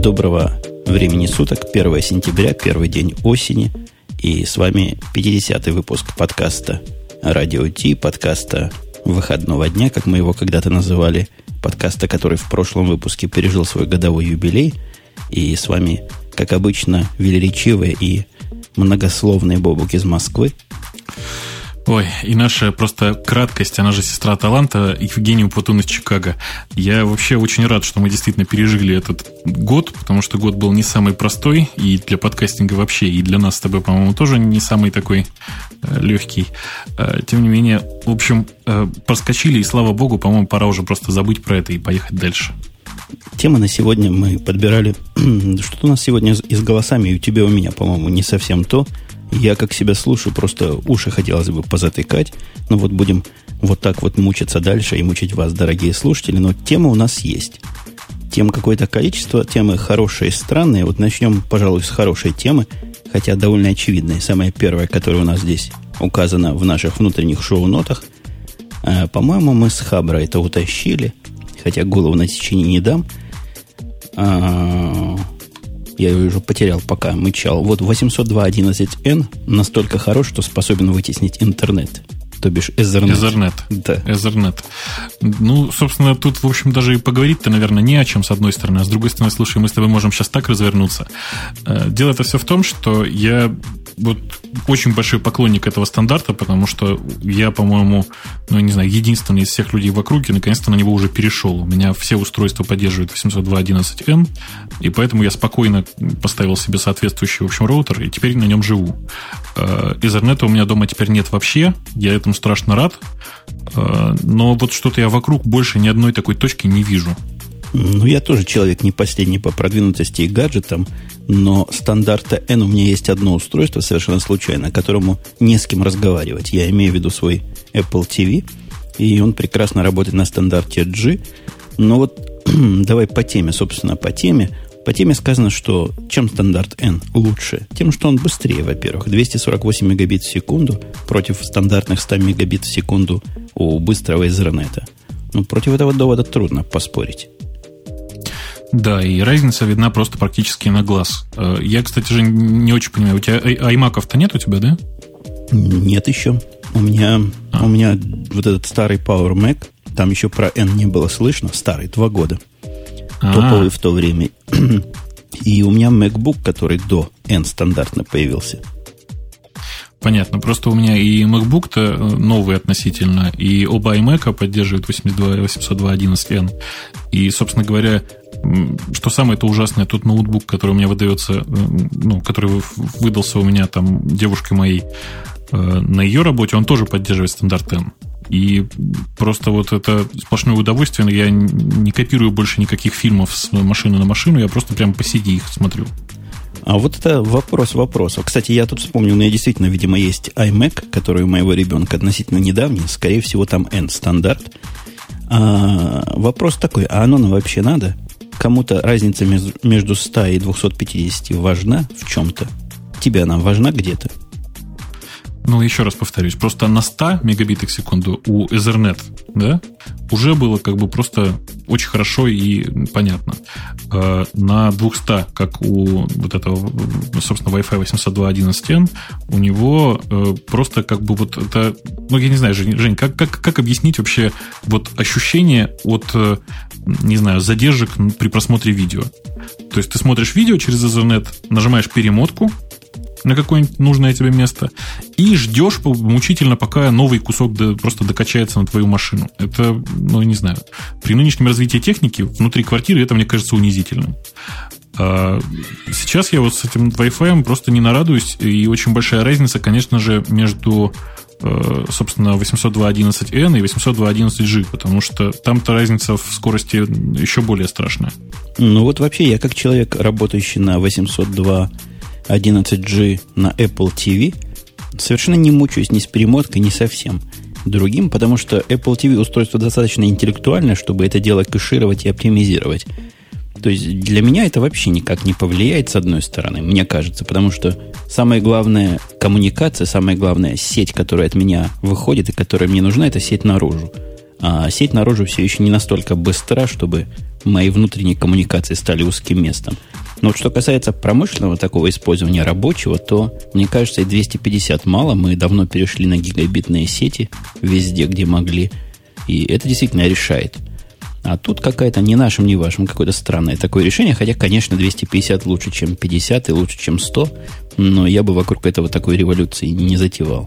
Доброго времени суток, 1 сентября, первый день осени. И с вами 50-й выпуск подкаста «Радио Ти», подкаста выходного дня, как мы его когда-то называли, подкаста, который в прошлом выпуске пережил свой годовой юбилей. И с вами, как обычно, велеречивые и многословные Бобук из Москвы. Ой, и наша просто краткость, она же сестра таланта, Евгения Упутун из Чикаго. Я вообще очень рад, что мы действительно пережили этот год, потому что год был не самый простой, и для подкастинга вообще, и для нас с тобой, по-моему, тоже не самый такой легкий. Тем не менее, в общем, проскочили, и слава богу, по-моему, пора уже просто забыть про это и поехать дальше. Тема на сегодня мы подбирали. Что-то у нас сегодня и с голосами, и у тебя, и у меня, по-моему, не совсем то. Я, как себя слушаю, просто уши хотелось бы позатыкать. Но вот будем вот так вот мучиться дальше и мучить вас, дорогие слушатели. Но тема у нас есть. Тем какое-то количество, темы хорошие и странные. Вот начнем, пожалуй, с хорошей темы, хотя довольно очевидной. Самая первая, которая у нас здесь указана в наших внутренних шоу-нотах. По-моему, мы с Хабра это утащили, хотя голову на течение не дам. Я ее уже потерял, пока мычал. Вот 802.11n настолько хорош, что способен вытеснить интернет. То бишь Ethernet. Ethernet. Да. Ethernet. Ну, собственно, тут, в общем, даже и поговорить-то, наверное, не о чем, с одной стороны. А с другой стороны, слушай, мы с тобой можем сейчас так развернуться. Дело-то все в том, что я вот очень большой поклонник этого стандарта, потому что я, по-моему, ну, не знаю, единственный из всех людей в округе, наконец-то на него уже перешел. У меня все устройства поддерживают 802.11n, и поэтому я спокойно поставил себе соответствующий, в общем, роутер, и теперь на нем живу. Ethernet у меня дома теперь нет вообще, я этому страшно рад, но вот что-то я вокруг больше ни одной такой точки не вижу. Ну, я тоже человек не последний по продвинутости и гаджетам, но стандарта N у меня есть одно устройство совершенно случайно, которому не с кем разговаривать. Я имею в виду свой Apple TV, и он прекрасно работает на стандарте G. Но вот давай по теме, собственно, по теме. По теме сказано, что чем стандарт N лучше? Тем, что он быстрее, во-первых. 248 мегабит в секунду против стандартных 100 мегабит в секунду у быстрого Ethernet. Ну, против этого довода трудно поспорить. Да, и разница видна просто практически на глаз. Я, кстати же, не очень понимаю, у тебя iMac'ов-то нет у тебя, да? Нет еще. У меня вот этот старый Power Mac, там еще про N не было слышно, старый, 2 года. Топовый в то время. И у меня MacBook, который до N стандартно появился. Понятно. Просто у меня и MacBook-то новый относительно, и оба iMac'а поддерживают 802.11n. И, собственно говоря, что самое-то ужасное, тот ноутбук, который у меня выдается, ну, который выдался у меня там девушкой моей на ее работе, он тоже поддерживает стандарт N. И просто вот это сплошное удовольствие. Я не копирую больше никаких фильмов с машины на машину, я просто прямо по CD их смотрю. А вот это вопрос вопросов. Кстати, я тут вспомнил, у меня действительно, видимо, есть iMac, который у моего ребенка относительно недавний. Скорее всего, там N-стандарт. Вопрос такой, а оно нам вообще надо? Кому-то разница между 100 и 250 важна в чем-то? Тебе она важна где-то? Ну, еще раз повторюсь, просто на 100 мегабитах в секунду у Ethernet, да, уже было как бы просто очень хорошо и понятно. На 200, как у вот этого, собственно, Wi-Fi 802.11n, у него просто как бы вот это... Ну, я не знаю, Жень, как объяснить вообще вот ощущение от, не знаю, задержек при просмотре видео? То есть ты смотришь видео через Ethernet, нажимаешь перемотку на какое-нибудь нужное тебе место и ждешь мучительно, пока новый кусок просто докачается на твою машину. Это, ну, не знаю, при нынешнем развитии техники внутри квартиры это, мне кажется, унизительным. Сейчас я вот с этим Wi-Fi просто не нарадуюсь, и очень большая разница, конечно же, между, собственно, 802.11n и 802.11g, потому что там-то разница в скорости еще более страшная. Ну вот вообще я как человек, работающий на 802.11g на Apple TV, совершенно не мучаюсь ни с перемоткой, ни совсем другим, потому что Apple TV устройство достаточно интеллектуальное, чтобы это дело кэшировать и оптимизировать. То есть для меня это вообще никак не повлияет, с одной стороны, мне кажется, потому что самое главное коммуникация, самая главная сеть, которая от меня выходит и которая мне нужна, это сеть наружу. А сеть наружу все еще не настолько быстра, чтобы мои внутренние коммуникации стали узким местом. Но вот что касается промышленного такого использования рабочего, то, мне кажется, и 250 мало. Мы давно перешли на гигабитные сети везде, где могли. И это действительно решает. А тут какая-то ни нашим, ни вашим какое-то странное такое решение. Хотя, конечно, 250 лучше, чем 50 и лучше, чем 100. Но я бы вокруг этого такой революции не затевал.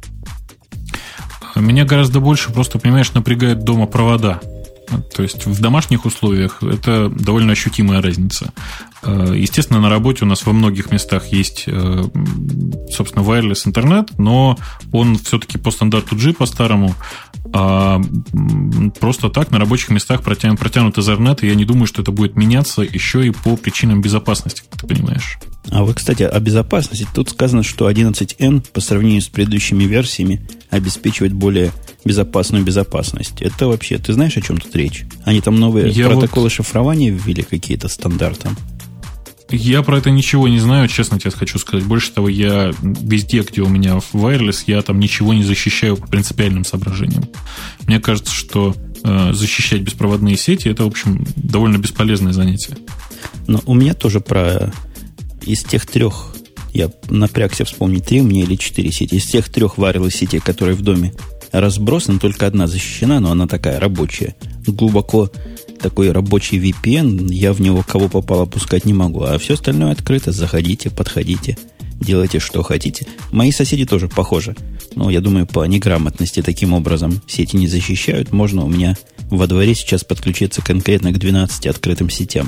Меня гораздо больше, просто, понимаешь, напрягает дома провода. То есть в домашних условиях это довольно ощутимая разница. Естественно, на работе у нас во многих местах есть, собственно, wireless интернет, но он все-таки по стандарту G, по-старому. А просто так на рабочих местах протянут Ethernet, и я не думаю, что это будет меняться еще и по причинам безопасности, как ты понимаешь. А вот, кстати, о безопасности. Тут сказано, что 11N по сравнению с предыдущими версиями обеспечивает более безопасную безопасность. Это вообще, ты знаешь, о чем тут речь? Они там новые протоколы шифрования ввели какие-то стандартом? Я про это ничего не знаю, честно тебе хочу сказать. Больше того, я везде, где у меня wireless, я там ничего не защищаю по принципиальным соображениям. Мне кажется, что защищать беспроводные сети – это, в общем, довольно бесполезное занятие. Но у меня тоже из тех 3, я напрягся вспомнить, 3 у меня или 4 сети, из тех 3 wireless сетей, которые в доме разбросаны, только одна защищена, но она такая рабочая. Глубоко такой рабочий VPN, я в него кого попало пускать не могу. А все остальное открыто. Заходите, подходите, делайте, что хотите. Мои соседи тоже похожи. Но я думаю, по неграмотности таким образом сети не защищают. Можно у меня во дворе сейчас подключиться конкретно к 12 открытым сетям.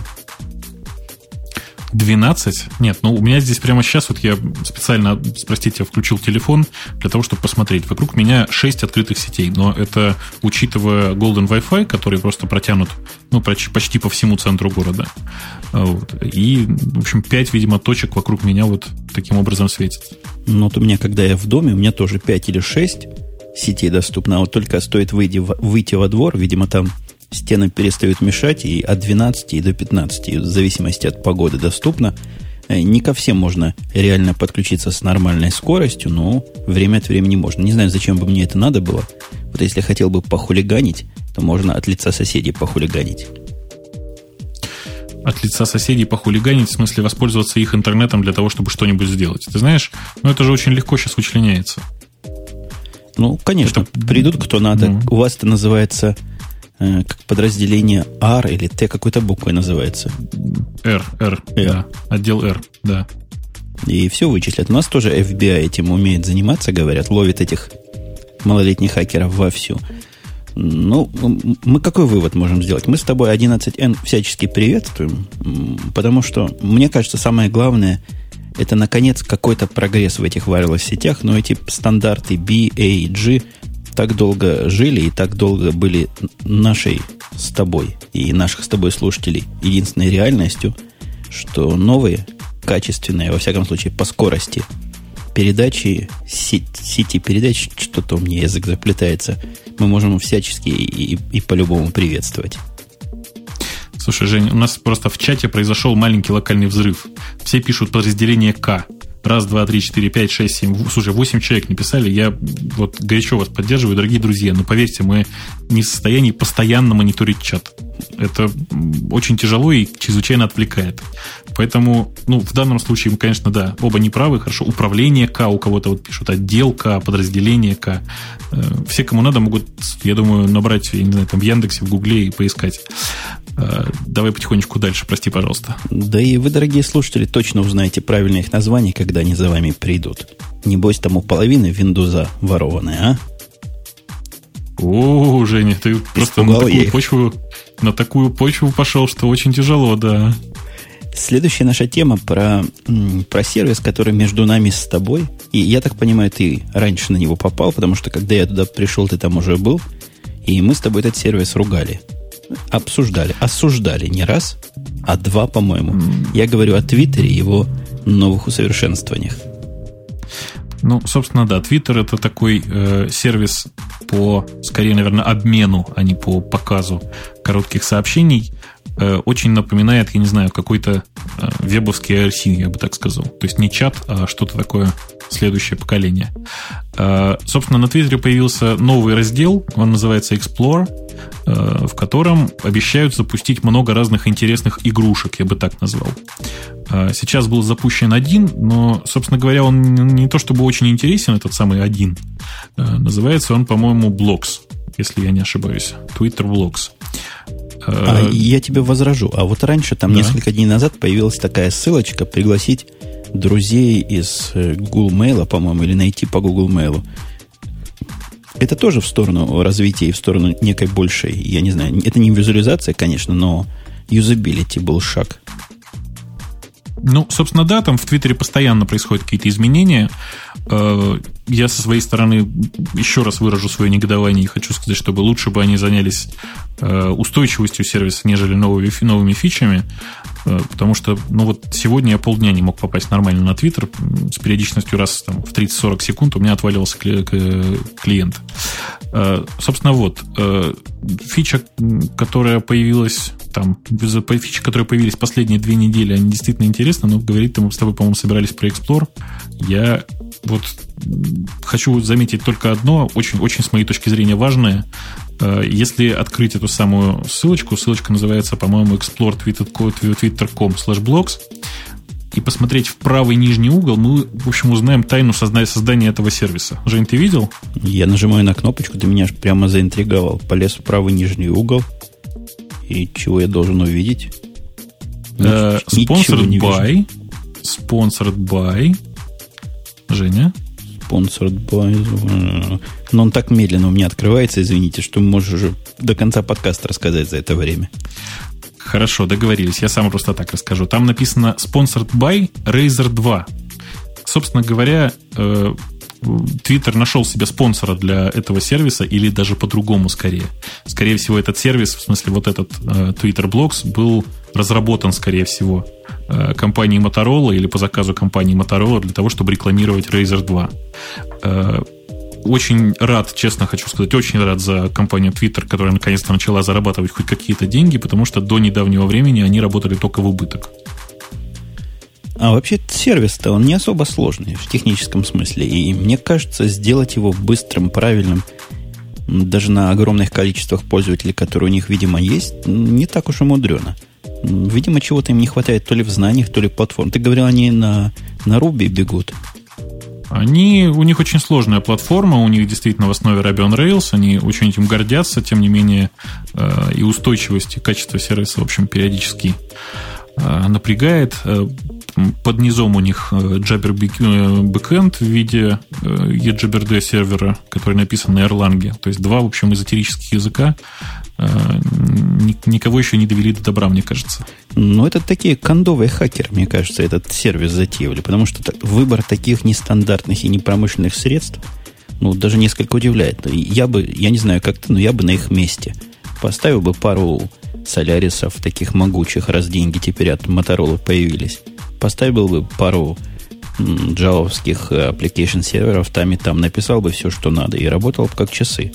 12? Нет, у меня здесь прямо сейчас, вот я специально, простите, включил телефон для того, чтобы посмотреть. Вокруг меня 6 открытых сетей, но это учитывая Golden Wi-Fi, который просто протянут почти по всему центру города. Вот. И, в общем, 5, видимо, точек вокруг меня вот таким образом светят. Ну, вот у меня, когда я в доме, у меня тоже 5 или 6 сетей доступно, а вот только стоит выйти во двор, видимо, там стены перестают мешать, и от 12 и до 15, в зависимости от погоды, доступно. Не ко всем можно реально подключиться с нормальной скоростью, но время от времени можно. Не знаю, зачем бы мне это надо было. Вот если хотел бы похулиганить, то можно от лица соседей похулиганить. От лица соседей похулиганить, в смысле воспользоваться их интернетом для того, чтобы что-нибудь сделать. Ты знаешь, это же очень легко сейчас вычленяется. Ну, конечно, придут кто надо. У вас это называется как подразделение R или T, какой-то буквой называется. R. Да. Отдел R, да. И все вычислят. У нас тоже FBI этим умеет заниматься, говорят, ловит этих малолетних хакеров вовсю. Ну, мы какой вывод можем сделать? Мы с тобой 11N всячески приветствуем, потому что, мне кажется, самое главное, это, наконец, какой-то прогресс в этих wireless-сетях, но эти стандарты B, A, G так долго жили и так долго были нашей с тобой и наших с тобой слушателей единственной реальностью, что новые, качественные, во всяком случае, по скорости передачи, сети передач, что-то у меня язык заплетается, мы можем всячески и по-любому приветствовать. Слушай, Жень, у нас просто в чате произошел маленький локальный взрыв. Все пишут подразделение К. 1, 2, 3, 4, 5, 6, 7. Слушай, 8 человек написали. Я вот горячо вас поддерживаю, дорогие друзья. Но поверьте, мы не в состоянии постоянно мониторить чат. Это очень тяжело и чрезвычайно отвлекает. Поэтому, в данном случае мы, конечно, да, оба неправы. Хорошо, управление К, у кого-то вот пишут отдел К, подразделение К. Все, кому надо, могут, я думаю, набрать, я не знаю, там в Яндексе, в Гугле и поискать. Давай потихонечку дальше, прости, пожалуйста. Да и вы, дорогие слушатели, точно узнаете правильное их название, когда они за вами придут. Небось, там у половины Виндуза ворованная, а? О, Женя, ты просто на такую почву пошел, что очень тяжело, да. Следующая наша тема про сервис, который между нами с тобой. И я так понимаю, ты раньше на него попал, потому что когда я туда пришел, ты там уже был. И мы с тобой этот сервис ругали. Осуждали не раз, а 2, по-моему. Я говорю о Твиттере и его новых усовершенствованиях. Собственно, да, Twitter — это такой сервис скорее, наверное, обмену, а не по показу коротких сообщений, очень напоминает, я не знаю, какой-то вебовский IRC, я бы так сказал. То есть не чат, а что-то такое следующее поколение. Собственно, на Твиттере появился новый раздел, он называется Explore, в котором обещают запустить много разных интересных игрушек, я бы так назвал. Сейчас был запущен один, но, собственно говоря, он не то чтобы очень интересен, этот самый один. Называется он, по-моему, Blocks, если я не ошибаюсь. Twitter Blocks. Я тебе возражу. А вот раньше, там несколько дней назад, появилась такая ссылочка пригласить друзей из Google Mail, по-моему, или найти по Google Mail. Это тоже в сторону развития и в сторону некой большей, я не знаю, это не визуализация, конечно, но юзабилити был шаг. Ну, собственно, да, там в Твиттере постоянно происходят какие-то изменения. Я со своей стороны еще раз выражу свое негодование и хочу сказать, чтобы лучше бы они занялись устойчивостью сервиса, нежели новыми фичами, потому что, ну вот сегодня я полдня не мог попасть нормально на Твиттер, с периодичностью раз там, в 30-40 секунд у меня отваливался клиент. Собственно, вот, фича, которая появилась там, фичи, которые появились последние 2 недели, они действительно интересны, но говорить-то мы с тобой, по-моему, собирались про Explore. Я вот хочу заметить только одно, очень с моей точки зрения важное. Если открыть эту самую ссылочку, ссылочка называется, по-моему, explore.twitter.com/blogs, и посмотреть в правый нижний угол, мы, в общем, узнаем тайну создания этого сервиса. Жень, ты видел? Я нажимаю на кнопочку, ты меня прямо заинтриговал. Полез в правый нижний угол. И чего я должен увидеть? Sponsored by. Женя? Sponsored by. Но он так медленно у меня открывается, извините, что можешь уже до конца подкаста рассказать за это время. Хорошо, договорились. Я сам просто так расскажу. Там написано Sponsored by Razer 2. Собственно говоря, Twitter нашел себе спонсора для этого сервиса, или даже по-другому скорее. Скорее всего, этот сервис, в смысле вот этот Twitter Blocks, был разработан, скорее всего, компанией Motorola или по заказу компании Motorola для того, чтобы рекламировать Razer 2. Очень рад, честно хочу сказать, очень рад за компанию Twitter, которая наконец-то начала зарабатывать хоть какие-то деньги, потому что до недавнего времени они работали только в убыток. А вообще сервис-то он не особо сложный в техническом смысле. И мне кажется, сделать его быстрым, правильным, даже на огромных количествах пользователей, которые у них, видимо, есть, не так уж и мудрено. Видимо, чего-то им не хватает то ли в знаниях, то ли платформ. Ты говорил, они на Ruby бегут. У них очень сложная платформа, у них действительно в основе Ruby on Rails, они очень этим гордятся, тем не менее и устойчивость, и качество сервиса, в общем, периодически напрягает. Под низом у них Jabber Backend в виде eJBRD сервера, который написан на Erlang. То есть 2, в общем, эзотерических языка никого еще не довели до добра, мне кажется. Ну, это такие кондовые хакеры, мне кажется, этот сервис затеяли, потому что выбор таких нестандартных и непромышленных средств, ну, даже несколько удивляет. Я не знаю, как ты, но я бы на их месте поставил бы пару солярисов таких могучих, раз деньги теперь от Motorola появились. Поставил бы пару джавовских application серверов, там и там, написал бы все, что надо, и работал бы как часы.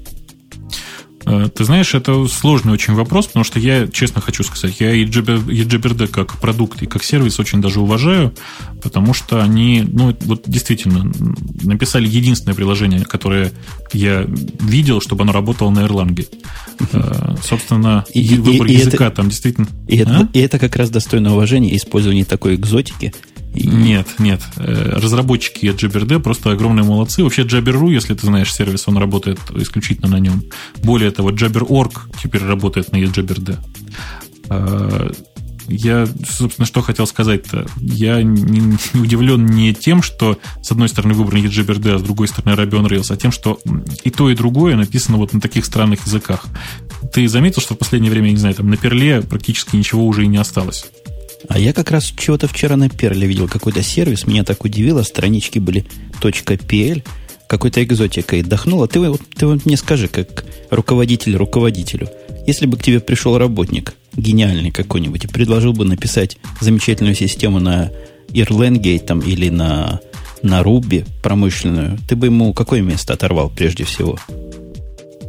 Ты знаешь, это сложный очень вопрос, потому что я, честно хочу сказать, я eJBRD как продукт и как сервис очень даже уважаю, потому что они, ну, вот действительно, написали единственное приложение, которое я видел, чтобы оно работало на Erlang. Собственно, выбор языка там действительно... И это как раз достойно уважения использования такой экзотики. Нет. Разработчики eJBRD просто огромные молодцы. Вообще Jabber.ru, если ты знаешь сервис, он работает исключительно на нем. Более того, Jabber.org теперь работает на eJBRD. Я, собственно, что хотел сказать-то. Я не удивлен не тем, что с одной стороны выбран eJBRD, а с другой стороны Ruby on Rails, а тем, что и то, и другое написано вот на таких странных языках. Ты заметил, что в последнее время, я не знаю, там на Перле практически ничего уже и не осталось? А я как раз чего-то вчера на Перле видел какой-то сервис, меня так удивило, странички были .pl, какой-то экзотикой дохнуло. Ты вот мне скажи, как руководитель руководителю, если бы к тебе пришел работник, гениальный какой-нибудь, и предложил бы написать замечательную систему на Erlang там, или на Ruby промышленную, ты бы ему какое место оторвал прежде всего?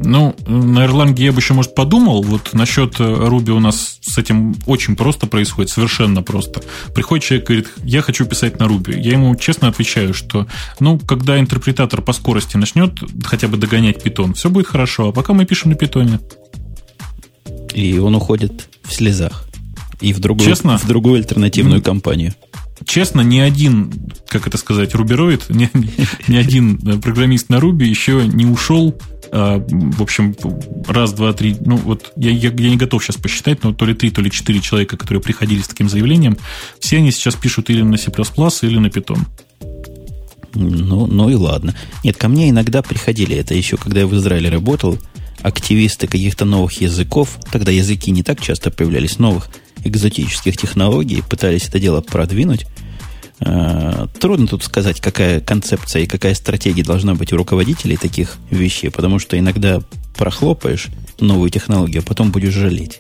Ну, на Erlang я бы еще, может, подумал. Вот насчет Ruby у нас с этим очень просто происходит, совершенно просто. Приходит человек и говорит, я хочу писать на Ruby. Я ему честно отвечаю, что, когда интерпретатор по скорости начнет хотя бы догонять Python, все будет хорошо, а пока мы пишем на Python. И он уходит в слезах. И в другую альтернативную компанию. Честно, ни один, рубероид, ни один программист на Ruby еще не ушел. В общем, раз, два, три. Я не готов сейчас посчитать, но то ли 3, то ли 4 человека, которые приходили с таким заявлением, все они сейчас пишут или на C++, или на Python. Ну и ладно. Нет, ко мне иногда приходили, это еще когда я в Израиле работал, активисты каких-то новых языков, тогда языки не так часто появлялись, новых экзотических технологий, пытались это дело продвинуть. Трудно тут сказать, какая концепция и какая стратегия должна быть у руководителей таких вещей, потому что иногда прохлопаешь новую технологию, а потом будешь жалеть.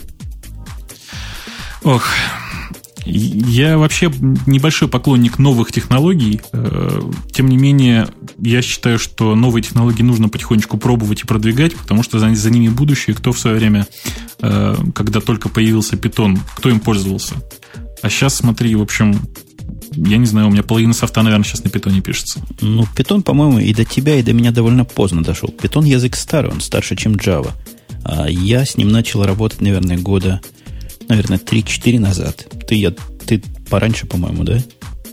Ох, я вообще небольшой поклонник новых технологий. Тем не менее, я считаю, что новые технологии нужно потихонечку пробовать и продвигать, потому что за ними будущее. Кто в свое время, когда только появился Python, кто им пользовался? А сейчас, смотри, в общем, я не знаю, у меня половина софта, наверное, сейчас на Python пишется. Python, по-моему, и до тебя, и до меня довольно поздно дошел. Python язык старый, он старше, чем Java. А я с ним начал работать, наверное, года 3-4 назад. Ты пораньше, по-моему, да?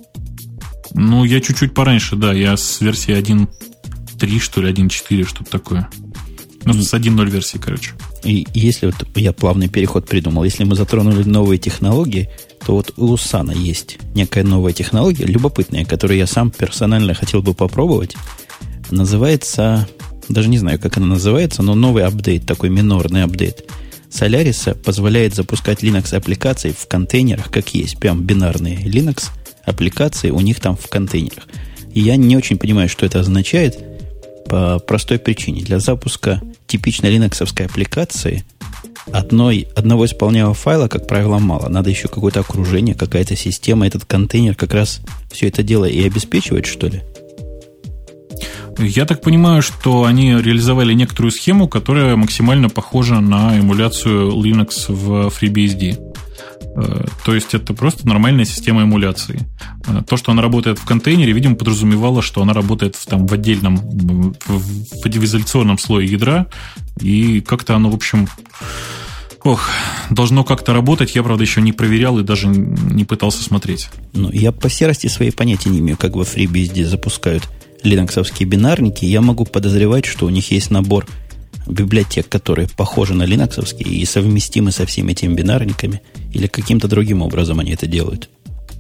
Я чуть-чуть пораньше, да. Я с версии 1.3, что ли, 1.4, что-то такое. С 1.0 версии, короче. И если я плавный переход придумал, если мы затронули новые технологии, то вот у Сана есть некая новая технология, любопытная, которую я сам персонально хотел бы попробовать. Называется, даже не знаю, как она называется, но новый апдейт, такой минорный апдейт Solaris позволяет запускать Linux-аппликации в контейнерах, как есть, прям бинарные Linux-аппликации у них там в контейнерах. И я не очень понимаю, что это означает, по простой причине. Для запуска типичной линоксовской аппликации одного исполняемого файла, как правило, мало. Надо еще какое-то окружение, какая-то система. Этот контейнер как раз все это дело и обеспечивает, что ли? Я так понимаю, что они реализовали некоторую схему, которая максимально похожа на эмуляцию Linux в FreeBSD. То есть это просто нормальная система эмуляции. То, что она работает в контейнере, видимо, подразумевало, что она работает в отдельном в изоляционном слое ядра, и как-то оно, в общем, должно как-то работать. Я, правда, еще не проверял и даже не пытался смотреть. Я по серости своей понятия не имею, как во FreeBSD запускают линоксовские бинарники. Я могу подозревать, что у них есть набор библиотек, которые похожи на линоксовские и совместимы со всеми этими бинарниками, или каким-то другим образом они это делают.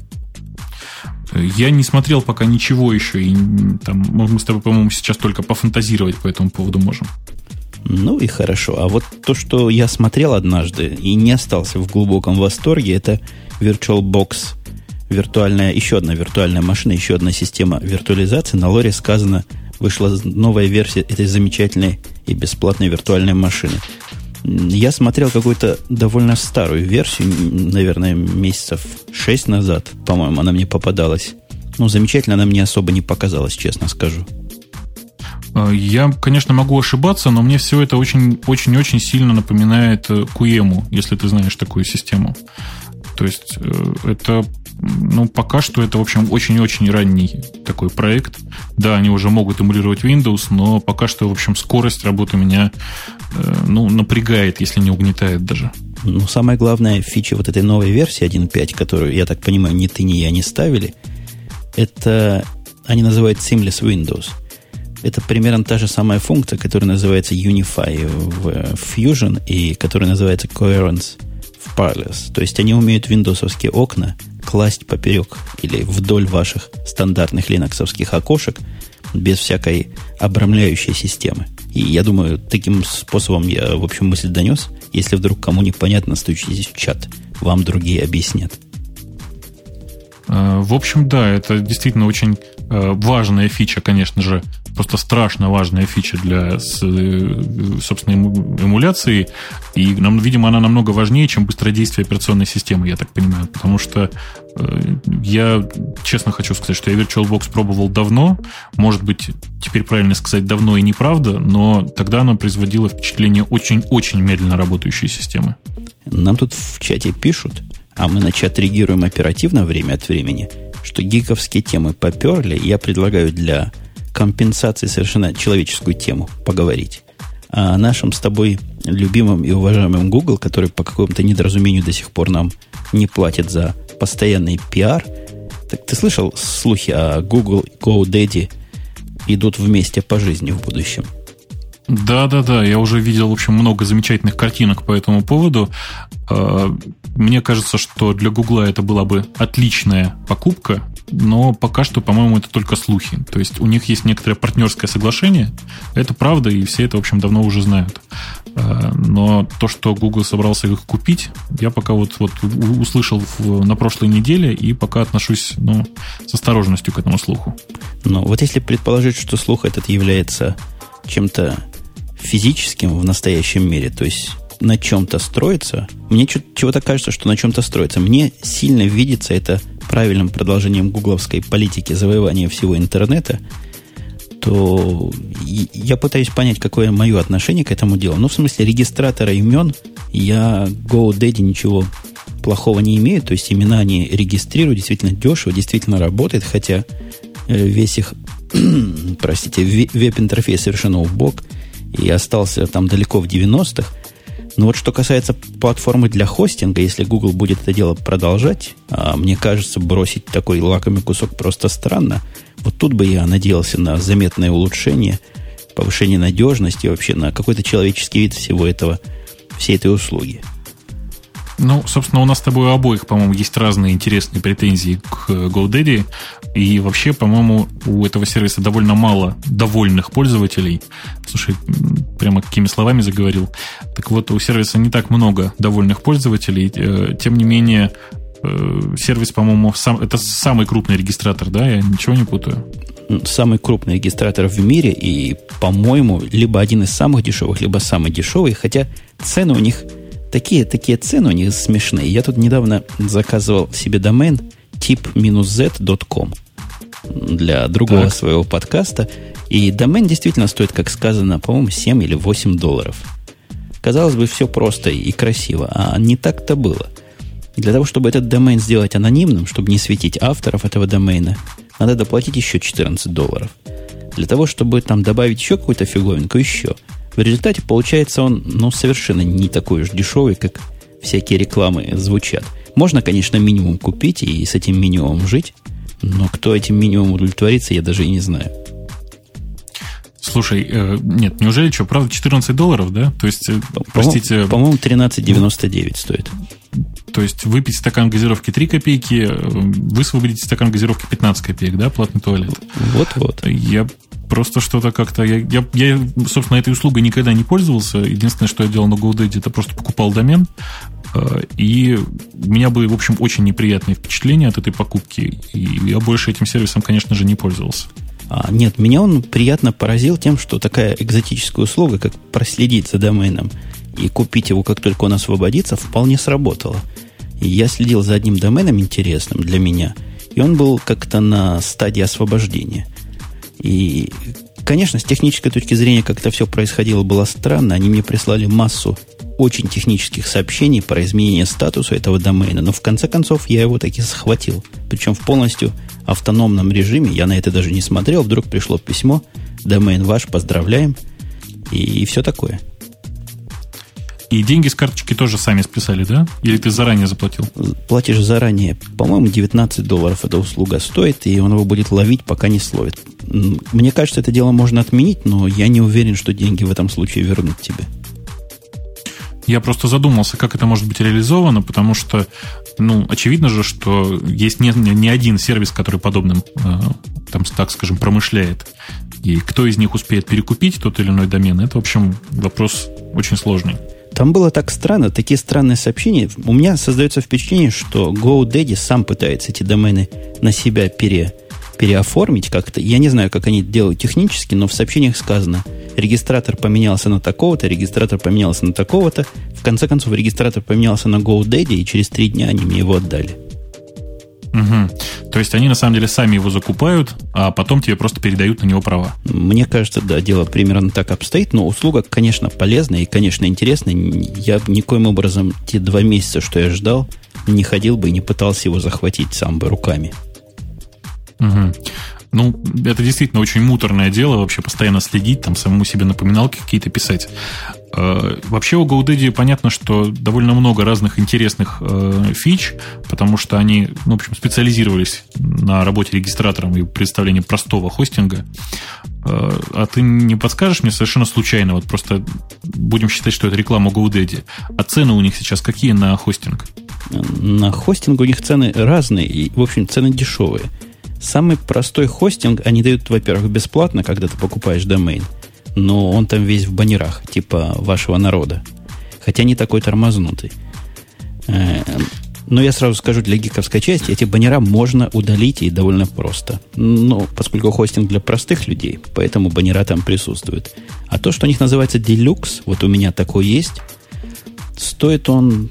Я не смотрел пока ничего еще, и мы с тобой, по-моему, сейчас только пофантазировать по этому поводу можем. И хорошо. А вот то, что я смотрел однажды и не остался в глубоком восторге, это VirtualBox, еще одна виртуальная машина, еще одна система виртуализации. На лоре сказано, вышла новая версия этой замечательной и бесплатной виртуальной машины. Я смотрел какую-то довольно старую версию, наверное, месяцев 6 назад, по-моему, она мне попадалась. Замечательно она мне особо не показалась, честно скажу. Я, конечно, могу ошибаться, но мне все это очень-очень сильно напоминает QEMU, если ты знаешь такую систему. То есть это... пока что это, в общем, очень-очень ранний такой проект. Да, они уже могут эмулировать Windows, но пока что, в общем, скорость работы меня, напрягает, если не угнетает даже. Самая главная фича вот этой новой версии 1.5, которую, я так понимаю, ни ты, ни я не ставили, это они называют Seamless Windows. Это примерно та же самая функция, которая называется Unify в Fusion и которая называется Coherence в Parallels. То есть они умеют виндовсовские окна класть поперек или вдоль ваших стандартных линоксовских окошек без всякой обрамляющей системы. И я думаю, таким способом я, в общем, мысль донес. Если вдруг кому непонятно, стучитесь в чат. Вам другие объяснят. В общем, да, это действительно очень важная фича, конечно же, просто страшно важная фича для, собственно, эмуляции. И, видимо, она намного важнее, чем быстродействие операционной системы, я так понимаю. Потому что я честно хочу сказать, что я VirtualBox пробовал давно. Может быть, теперь правильно сказать давно и неправда, но тогда она производила впечатление очень-очень медленно работающей системы. Нам тут в чате пишут, а мы на чат реагируем оперативно время от времени, что гиковские темы поперли. Я предлагаю для компенсации совершенно человеческую тему поговорить. О нашем с тобой любимом и уважаемом Google, который по какому-то недоразумению до сих пор нам не платит за постоянный пиар. Так ты слышал слухи о Google и GoDaddy идут вместе по жизни в будущем? Да, я уже видел, в общем, много замечательных картинок по этому поводу. Мне кажется, что для Гугла это была бы отличная покупка, но пока что, по-моему, это только слухи. То есть у них есть некоторое партнерское соглашение, это правда, и все это, в общем, давно уже знают. Но то, что Google собрался их купить, я пока вот услышал на прошлой неделе, и пока отношусь, с осторожностью к этому слуху. Но вот если предположить, что слух этот является чем-то физическим в настоящем мире, то есть на чем-то строится, мне чего-то кажется, что на чем-то строится. Мне сильно видится это правильным продолжением гугловской политики завоевания всего интернета, то я пытаюсь понять, какое мое отношение к этому делу. В смысле регистратора имен я GoDaddy ничего плохого не имею, то есть имена они регистрируют, действительно дешево, действительно работает, хотя весь их, веб-интерфейс совершенно убог и остался там далеко в 90-х. Но вот что касается платформы для хостинга, если Google будет это дело продолжать, мне кажется, бросить такой лакомый кусок просто странно. Вот тут бы я надеялся на заметное улучшение, повышение надежности, вообще на какой-то человеческий вид всей этой услуги. Собственно, у нас с тобой у обоих, по-моему, есть разные интересные претензии к GoDaddy. И вообще, по-моему, у этого сервиса довольно мало довольных пользователей. Слушай, прямо какими словами заговорил. Так вот, у сервиса не так много довольных пользователей. Тем не менее, сервис, по-моему, это самый крупный регистратор, да? Я ничего не путаю? Самый крупный регистратор в мире. И, по-моему, либо один из самых дешевых, либо самый дешевый. Хотя цены у них... Такие цены у них смешные. Я тут недавно заказывал себе домен tip-z.com для другого своего подкаста. И домен действительно стоит, как сказано, по-моему, $7 или $8. Казалось бы, все просто и красиво, а не так-то было. Для того, чтобы этот домен сделать анонимным, чтобы не светить авторов этого домена, надо доплатить еще $14. Для того, чтобы там добавить еще какую-то фиговинку, еще. В результате получается он, совершенно не такой уж дешевый, как всякие рекламы звучат. Можно, конечно, минимум купить и с этим минимумом жить, но кто этим минимумом удовлетворится, я даже и не знаю. Слушай, нет, неужели что, правда $14, да? То есть, простите... По-моему, $13.99 стоит. То есть выпить стакан газировки 3 копейки, высвободить стакан газировки 15 копеек, да, платный туалет? Вот. Я просто что-то как-то... Я, собственно, этой услугой никогда не пользовался. Единственное, что я делал на GoDaddy, это просто покупал домен. И у меня были, в общем, очень неприятные впечатления от этой покупки. И я больше этим сервисом, конечно же, не пользовался. Нет, меня он приятно поразил тем, что такая экзотическая услуга, как проследить за доменом и купить его, как только он освободится, вполне сработала. И я следил за одним доменом интересным для меня, и он был как-то на стадии освобождения. И, конечно, с технической точки зрения как-то все происходило, было странно. Они мне прислали массу очень технических сообщений про изменение статуса этого домена, но в конце концов я его таки схватил. Причем в полностью автономном режиме, я на это даже не смотрел, вдруг пришло письмо, домен ваш, поздравляем, и все такое. И деньги с карточки тоже сами списали, да? Или ты заранее заплатил? Платишь заранее. По-моему, $19 эта услуга стоит, и он его будет ловить, пока не словит. Мне кажется, это дело можно отменить, но я не уверен, что деньги в этом случае вернут тебе. Я просто задумался, как это может быть реализовано, потому что, очевидно же, что есть не один сервис, который подобным, так скажем, промышляет. И кто из них успеет перекупить тот или иной домен, это, в общем, вопрос очень сложный. Там было так странно, такие странные сообщения. У меня создается впечатление, что GoDaddy сам пытается эти домены на себя переоформить как-то. Я не знаю, как они это делают технически, но в сообщениях сказано, регистратор поменялся на такого-то, регистратор поменялся на такого-то. В конце концов, регистратор поменялся на GoDaddy, и через 3 дня они мне его отдали. Угу. То есть они на самом деле сами его закупают, а потом тебе просто передают на него права. Мне кажется, да, дело примерно так обстоит, но услуга, конечно, полезная и, конечно, интересная. Я никоим образом те 2 месяца, что я ждал, не ходил бы и не пытался его захватить сам бы руками. Угу. Ну, это действительно очень муторное дело, вообще постоянно следить, там самому себе напоминалки какие-то писать. Вообще у GoDaddy понятно, что довольно много разных интересных фич, потому что они, в общем, специализировались на работе регистратором и представлении простого хостинга. А ты не подскажешь мне совершенно случайно, вот просто будем считать, что это реклама GoDaddy, а цены у них сейчас какие на хостинг? На хостинг у них цены разные, и, в общем, цены дешевые. Самый простой хостинг они дают, во-первых, бесплатно, когда ты покупаешь домен, но он там весь в баннерах, типа вашего народа. Хотя не такой тормознутый. Но я сразу скажу, для гиковской части эти баннера можно удалить и довольно просто. Но поскольку хостинг для простых людей, поэтому баннера там присутствуют. А то, что у них называется Deluxe, вот у меня такой есть, стоит он,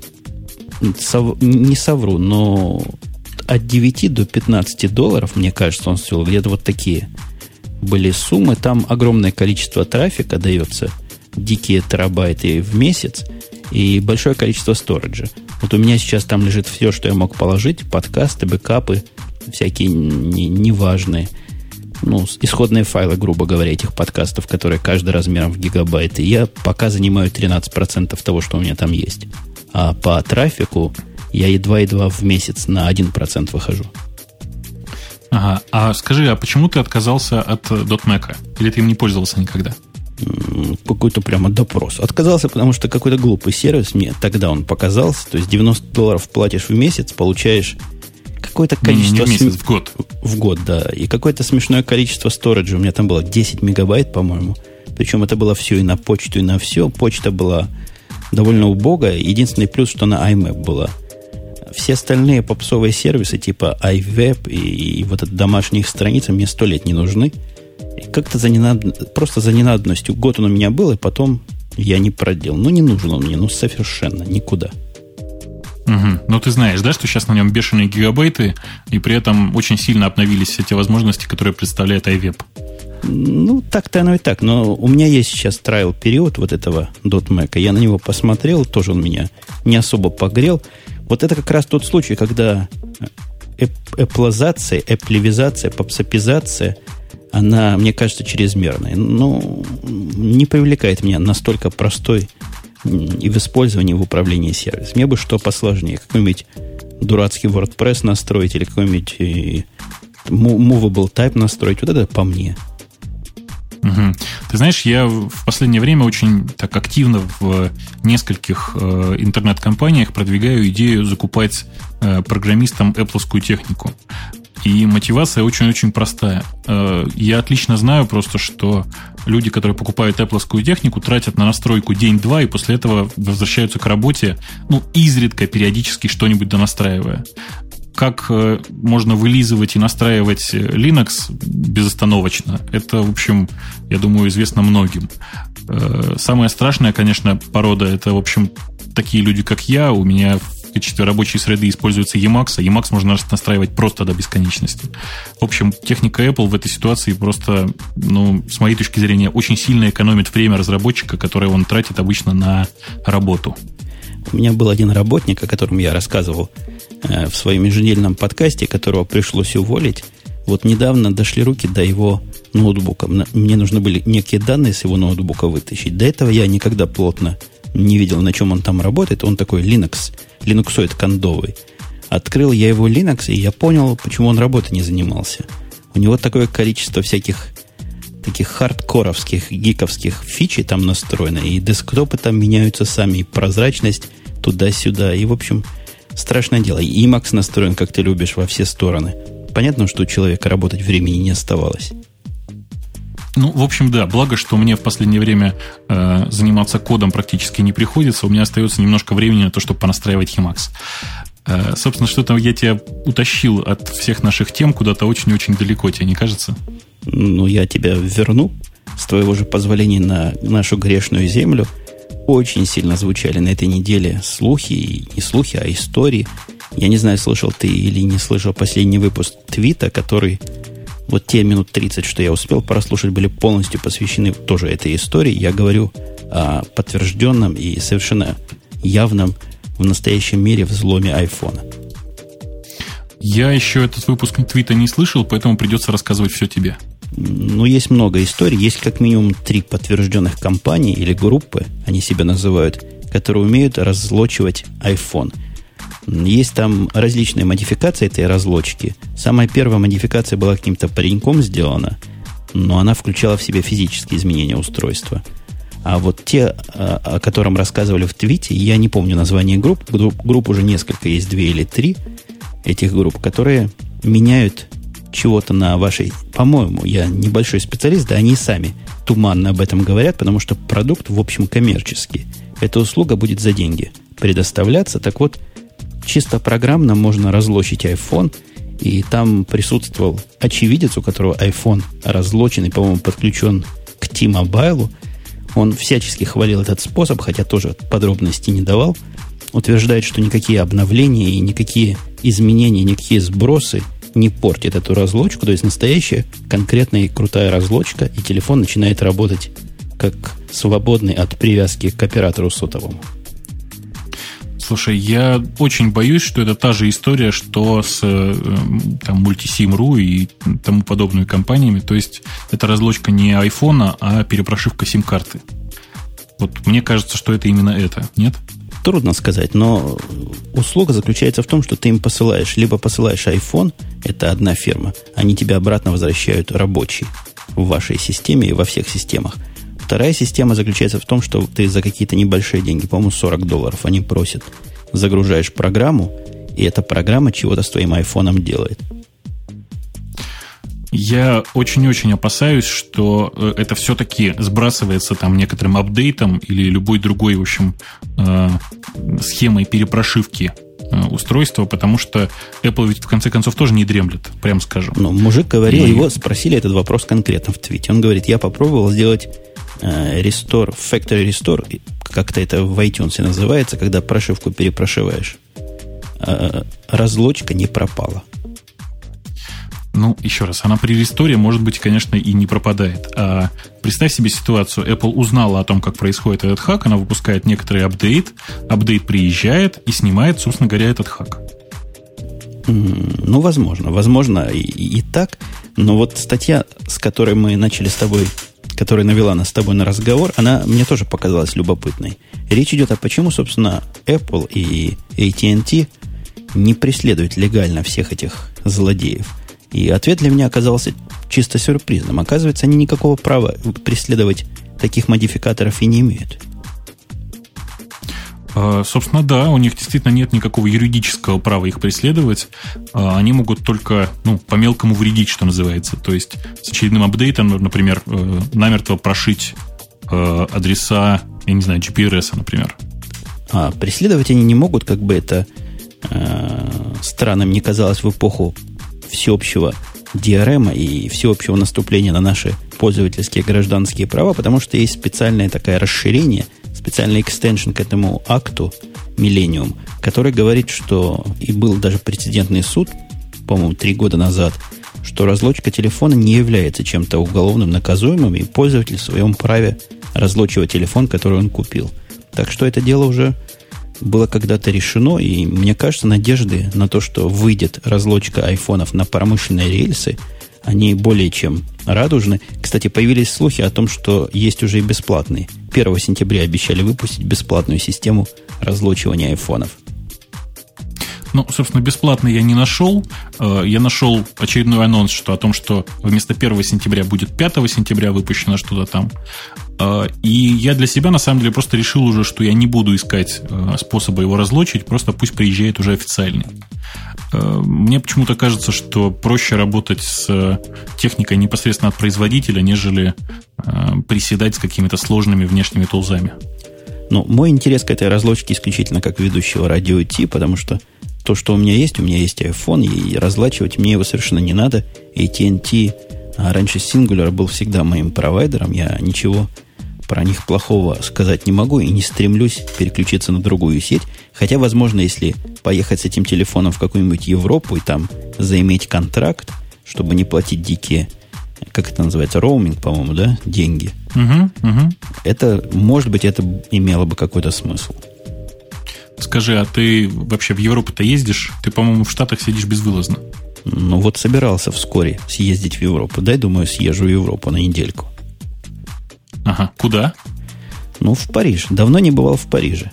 не совру, но от 9 до 15 долларов, мне кажется, он стоил. Где-то вот такие были суммы. Там огромное количество трафика дается, дикие терабайты в месяц, и большое количество сториджа. Вот у меня сейчас там лежит все, что я мог положить, подкасты, бэкапы, всякие неважные, исходные файлы, грубо говоря, этих подкастов, которые каждый размером в гигабайты. Я пока занимаю 13% того, что у меня там есть. А по трафику я едва-едва в месяц на 1% выхожу. Ага. А скажи, а почему ты отказался от .Mac? Или ты им не пользовался никогда? Какой-то прямо допрос. Отказался, потому что какой-то глупый сервис мне тогда он показался. То есть $90 платишь в месяц, получаешь какое-то количество... Не в месяц, в год. В год, да. И какое-то смешное количество сториджа. У меня там было 10 мегабайт, по-моему. Причем это было все и на почту, и на все. Почта была довольно убогая. Единственный плюс, что на IMAP была. Все остальные попсовые сервисы, типа iWeb и вот эта домашняя их страница, мне 100 лет не нужны. И как-то просто за ненадобностью. Год он у меня был, и потом я не проделал. Не нужен он мне, совершенно никуда. Угу. Ну, ты знаешь, да, что сейчас на нем бешеные гигабайты, и при этом очень сильно обновились все те возможности, которые представляет iWeb. Так-то оно и так. Но у меня есть сейчас трайл-период вот этого .Mac. Я на него посмотрел, тоже он меня не особо погрел. Вот это как раз тот случай, когда эплизация, попсапизация, она, мне кажется, чрезмерная. Не привлекает меня настолько простой и в использовании, в управлении сервисом. Мне бы что посложнее. Какой-нибудь дурацкий WordPress настроить или какой-нибудь movable type настроить. Вот это по мне. Угу. Ты знаешь, я в последнее время очень так активно в нескольких интернет-компаниях продвигаю идею закупать программистам Apple-скую технику. И мотивация очень-очень простая. Я отлично знаю просто, что люди, которые покупают Apple-скую технику, тратят на настройку день-два и после этого возвращаются к работе, изредка, периодически что-нибудь донастраивая. Как можно вылизывать и настраивать Linux безостановочно, это, в общем, я думаю, известно многим. Самая страшная, конечно, порода, это, в общем, такие люди, как я. У меня в качестве рабочей среды используется Emacs, а Emacs можно настраивать просто до бесконечности. В общем, техника Apple в этой ситуации просто, с моей точки зрения, очень сильно экономит время разработчика, которое он тратит обычно на работу. У меня был один работник, о котором я рассказывал в своем еженедельном подкасте, которого пришлось уволить. Вот недавно дошли руки до его ноутбука. Мне нужны были некие данные с его ноутбука вытащить. До этого я никогда плотно не видел, на чем он там работает. Он такой линуксоид кондовый. Открыл я его Linux, и я понял, почему он работой не занимался. У него такое количество всяких таких хардкоровских, гиковских фичей там настроено, и десктопы там меняются сами, и прозрачность туда-сюда, и, в общем, страшное дело. И Emacs настроен, как ты любишь, во все стороны. Понятно, что у человека работать времени не оставалось. В общем, да, благо, что мне в последнее время заниматься кодом практически не приходится, у меня остается немножко времени на то, чтобы понастраивать Emacs. Собственно, что-то я тебя утащил от всех наших тем куда-то очень-очень далеко, тебе не кажется? Ну, я тебя верну, с твоего же позволения, на нашу грешную землю. Очень сильно звучали на этой неделе слухи, и не слухи, а истории. Я не знаю, слышал ты или не слышал последний выпуск твита, который вот те минут 30, что я успел прослушать, были полностью посвящены тоже этой истории. Я говорю о подтвержденном и совершенно явном в настоящем мире взломе айфона. Я еще этот выпуск твита не слышал, поэтому придется рассказывать все тебе. Ну, есть много историй. Есть как минимум 3 подтвержденных компании или группы, они себя называют, которые умеют разлочивать iPhone. Есть там различные модификации этой разлочки. Самая первая модификация была каким-то пареньком сделана, но она включала в себя физические изменения устройства. А вот те, о котором рассказывали в твите, я не помню название групп. Групп уже несколько, есть 2 или 3 этих групп, которые меняют чего-то на вашей... По-моему, я небольшой специалист, да, они сами туманно об этом говорят, потому что продукт, в общем, коммерческий. Эта услуга будет за деньги предоставляться. Так вот, чисто программно можно разлочить iPhone, и там присутствовал очевидец, у которого iPhone разлочен и, по-моему, подключен к T-Mobile. Он всячески хвалил этот способ, хотя тоже подробностей не давал. Утверждает, что никакие обновления и никакие изменения, никакие сбросы не портят эту разлочку. То есть настоящая, конкретная и крутая разлочка, и телефон начинает работать как свободный от привязки к оператору сотовому. Слушай, я очень боюсь, что это та же история, что с там, Multisim.ru и тому подобными компаниями. То есть это разлочка не айфона, а перепрошивка сим-карты. Вот мне кажется, что это именно это, нет? Трудно сказать, но услуга заключается в том, что ты им посылаешь. Либо посылаешь iPhone, это одна фирма, они тебе обратно возвращают рабочий в вашей системе и во всех системах. Вторая система заключается в том, что ты за какие-то небольшие деньги, по-моему, $40 они просят, загружаешь программу, и эта программа чего-то с твоим айфоном делает. Я очень-очень опасаюсь, что это все-таки сбрасывается там некоторым апдейтом или любой другой, в общем, схемой перепрошивки устройства, потому что Apple ведь в конце концов тоже не дремлет, прям скажем. Ну, мужик говорил, его спросили этот вопрос конкретно в твите. Он говорит, я попробовал сделать Restore, Factory Restore, как-то это в iTunes называется, когда прошивку перепрошиваешь. Разлочка не пропала. Ну, еще раз, она при ресторе, может быть, конечно, и не пропадает. А представь себе ситуацию. Apple узнала о том, как происходит этот хак, она выпускает некоторый апдейт приезжает и снимает, собственно говоря, этот хак. Ну, возможно и так. Но вот статья, с которой мы начали с тобой, которая навела нас с тобой на разговор, она мне тоже показалась любопытной. Речь идет о почему, собственно, Apple и AT&T не преследуют легально всех этих злодеев. И ответ для меня оказался чисто сюрпризным. Оказывается, они никакого права преследовать таких модификаторов и не имеют. Собственно, да, у них действительно нет никакого юридического права их преследовать. Они могут только, по-мелкому вредить, что называется. То есть с очередным апдейтом, например, намертво прошить адреса, я не знаю, GPRS, например. А преследовать они не могут, как бы это странным не казалось в эпоху всеобщего DRM и всеобщего наступления на наши пользовательские гражданские права, потому что есть специальное такое расширение, специальный экстеншн к этому акту Millennium, который говорит, что и был даже прецедентный суд, по-моему, 3 года назад, что разлочка телефона не является чем-то уголовным наказуемым, и пользователь в своем праве разлочивать телефон, который он купил. Так что это дело уже было когда-то решено, и мне кажется, надежды на то, что выйдет разлочка айфонов на промышленные рельсы, они более чем радужны. Кстати, появились слухи о том, что есть уже и бесплатные. 1 сентября обещали выпустить бесплатную систему разлочивания айфонов. Ну, собственно, бесплатно я не нашел. Я нашел очередной анонс, что о том, что вместо 1 сентября будет 5 сентября выпущено что-то там. И я для себя, на самом деле, просто решил уже, что я не буду искать способа его разлочить, просто пусть приезжает уже официальный. Мне почему-то кажется, что проще работать с техникой непосредственно от производителя, нежели приседать с какими-то сложными внешними тулзами. Ну, мой интерес к этой разлочке исключительно как ведущего радио Ти, потому что то, что у меня есть iPhone, и разлачивать мне его совершенно не надо. AT&T, раньше Singular был всегда моим провайдером, я ничего про них плохого сказать не могу и не стремлюсь переключиться на другую сеть. Хотя, возможно, если поехать с этим телефоном в какую-нибудь Европу и там заиметь контракт, чтобы не платить дикие, как это называется, роуминг, по-моему, да, деньги. Это, может быть, это имело бы какой-то смысл. Скажи, а ты вообще в Европу-то ездишь? Ты, по-моему, в Штатах сидишь безвылазно. Ну вот собирался вскоре съездить в Европу. Дай, думаю, съезжу в Европу на недельку. Ага. Куда? Ну, в Париж. Давно не бывал в Париже.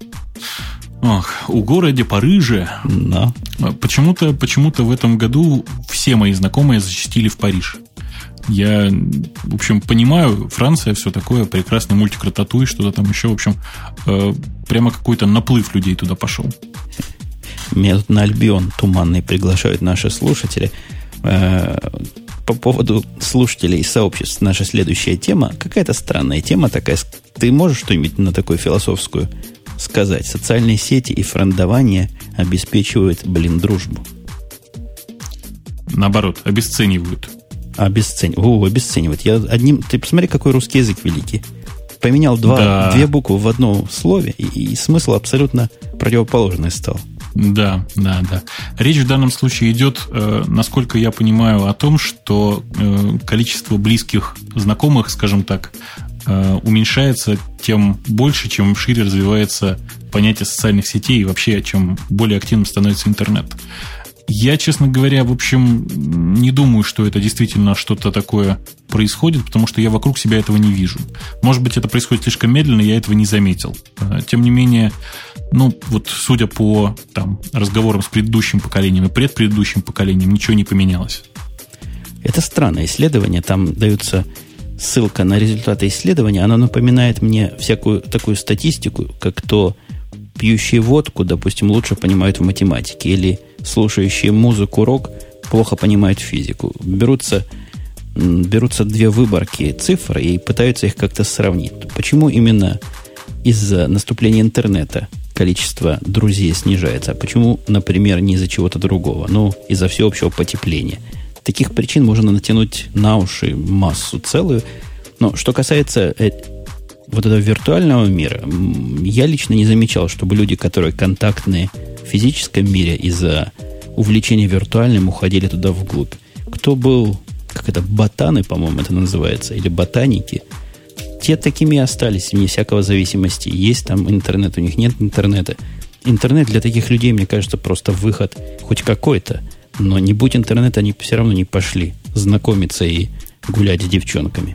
Ох, у города Париже. Да. Почему-то в этом году все мои знакомые зачастили в Париж. Я, в общем, понимаю, Франция, все такое, прекрасный мультик Рататуй, что-то там еще, в общем, прямо какой-то наплыв людей туда пошел. Меня тут на Альбион туманный приглашают наши слушатели. По поводу слушателей и сообществ, наша следующая тема, какая-то странная тема такая. Ты можешь что-нибудь на такую философскую сказать? Социальные сети и френдование обеспечивают, дружбу. Наоборот, обесценивают. Обесценивают. Ты посмотри, какой русский язык великий. Поменял две буквы в одном слове, и смысл абсолютно противоположный стал. Да. Речь в данном случае идет, насколько я понимаю, о том, что количество близких знакомых, скажем так, уменьшается тем больше, чем шире развивается понятие социальных сетей и вообще, чем более активным становится интернет. Я, честно говоря, в общем, не думаю, что это действительно что-то такое происходит, потому что я вокруг себя этого не вижу. Может быть, это происходит слишком медленно, я этого не заметил. Тем не менее, судя по разговорам с предыдущим поколением и предпредыдущим поколением, ничего не поменялось. Это странное исследование. Там дается ссылка на результаты исследования. Оно напоминает мне всякую такую статистику, как то пьющие водку, допустим, лучше понимают в математике, или слушающие музыку, рок плохо понимают физику. Берутся две выборки цифр и пытаются их как-то сравнить. Почему именно из-за наступления интернета количество друзей снижается? А почему, например, не из-за чего-то другого? Из-за всеобщего потепления. Таких причин можно натянуть на уши массу целую. Но что касается вот этого виртуального мира, я лично не замечал, чтобы люди, которые контактные в физическом мире, из-за увлечения виртуальным уходили туда вглубь. Кто был, ботаны, по-моему, это называется, или ботаники, те такими и остались, вне всякого зависимости. Есть там интернет, у них нет интернета. Интернет для таких людей, мне кажется, просто выход хоть какой-то. Но не будь интернета, они все равно не пошли знакомиться и гулять с девчонками.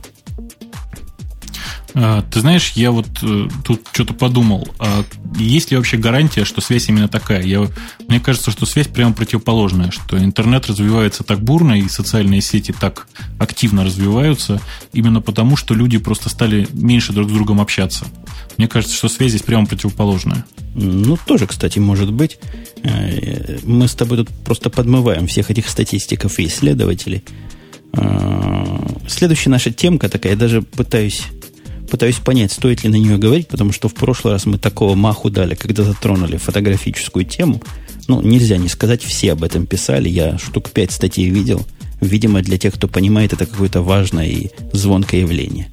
Ты знаешь, я тут что-то подумал. Есть ли вообще гарантия, что связь именно такая? Мне кажется, что связь прямо противоположная, что интернет развивается так бурно и социальные сети так активно развиваются именно потому, что люди просто стали меньше друг с другом общаться. Мне кажется, что связь здесь прямо противоположная. Тоже, кстати, может быть. Мы с тобой тут просто подмываем всех этих статистиков и исследователей. Следующая наша темка такая, я даже пытаюсь понять, стоит ли на нее говорить, потому что в прошлый раз мы такого маху дали, когда затронули фотографическую тему. Нельзя не сказать, все об этом писали. Я штук 5 статей видел. Видимо, для тех, кто понимает, это какое-то важное и звонкое явление.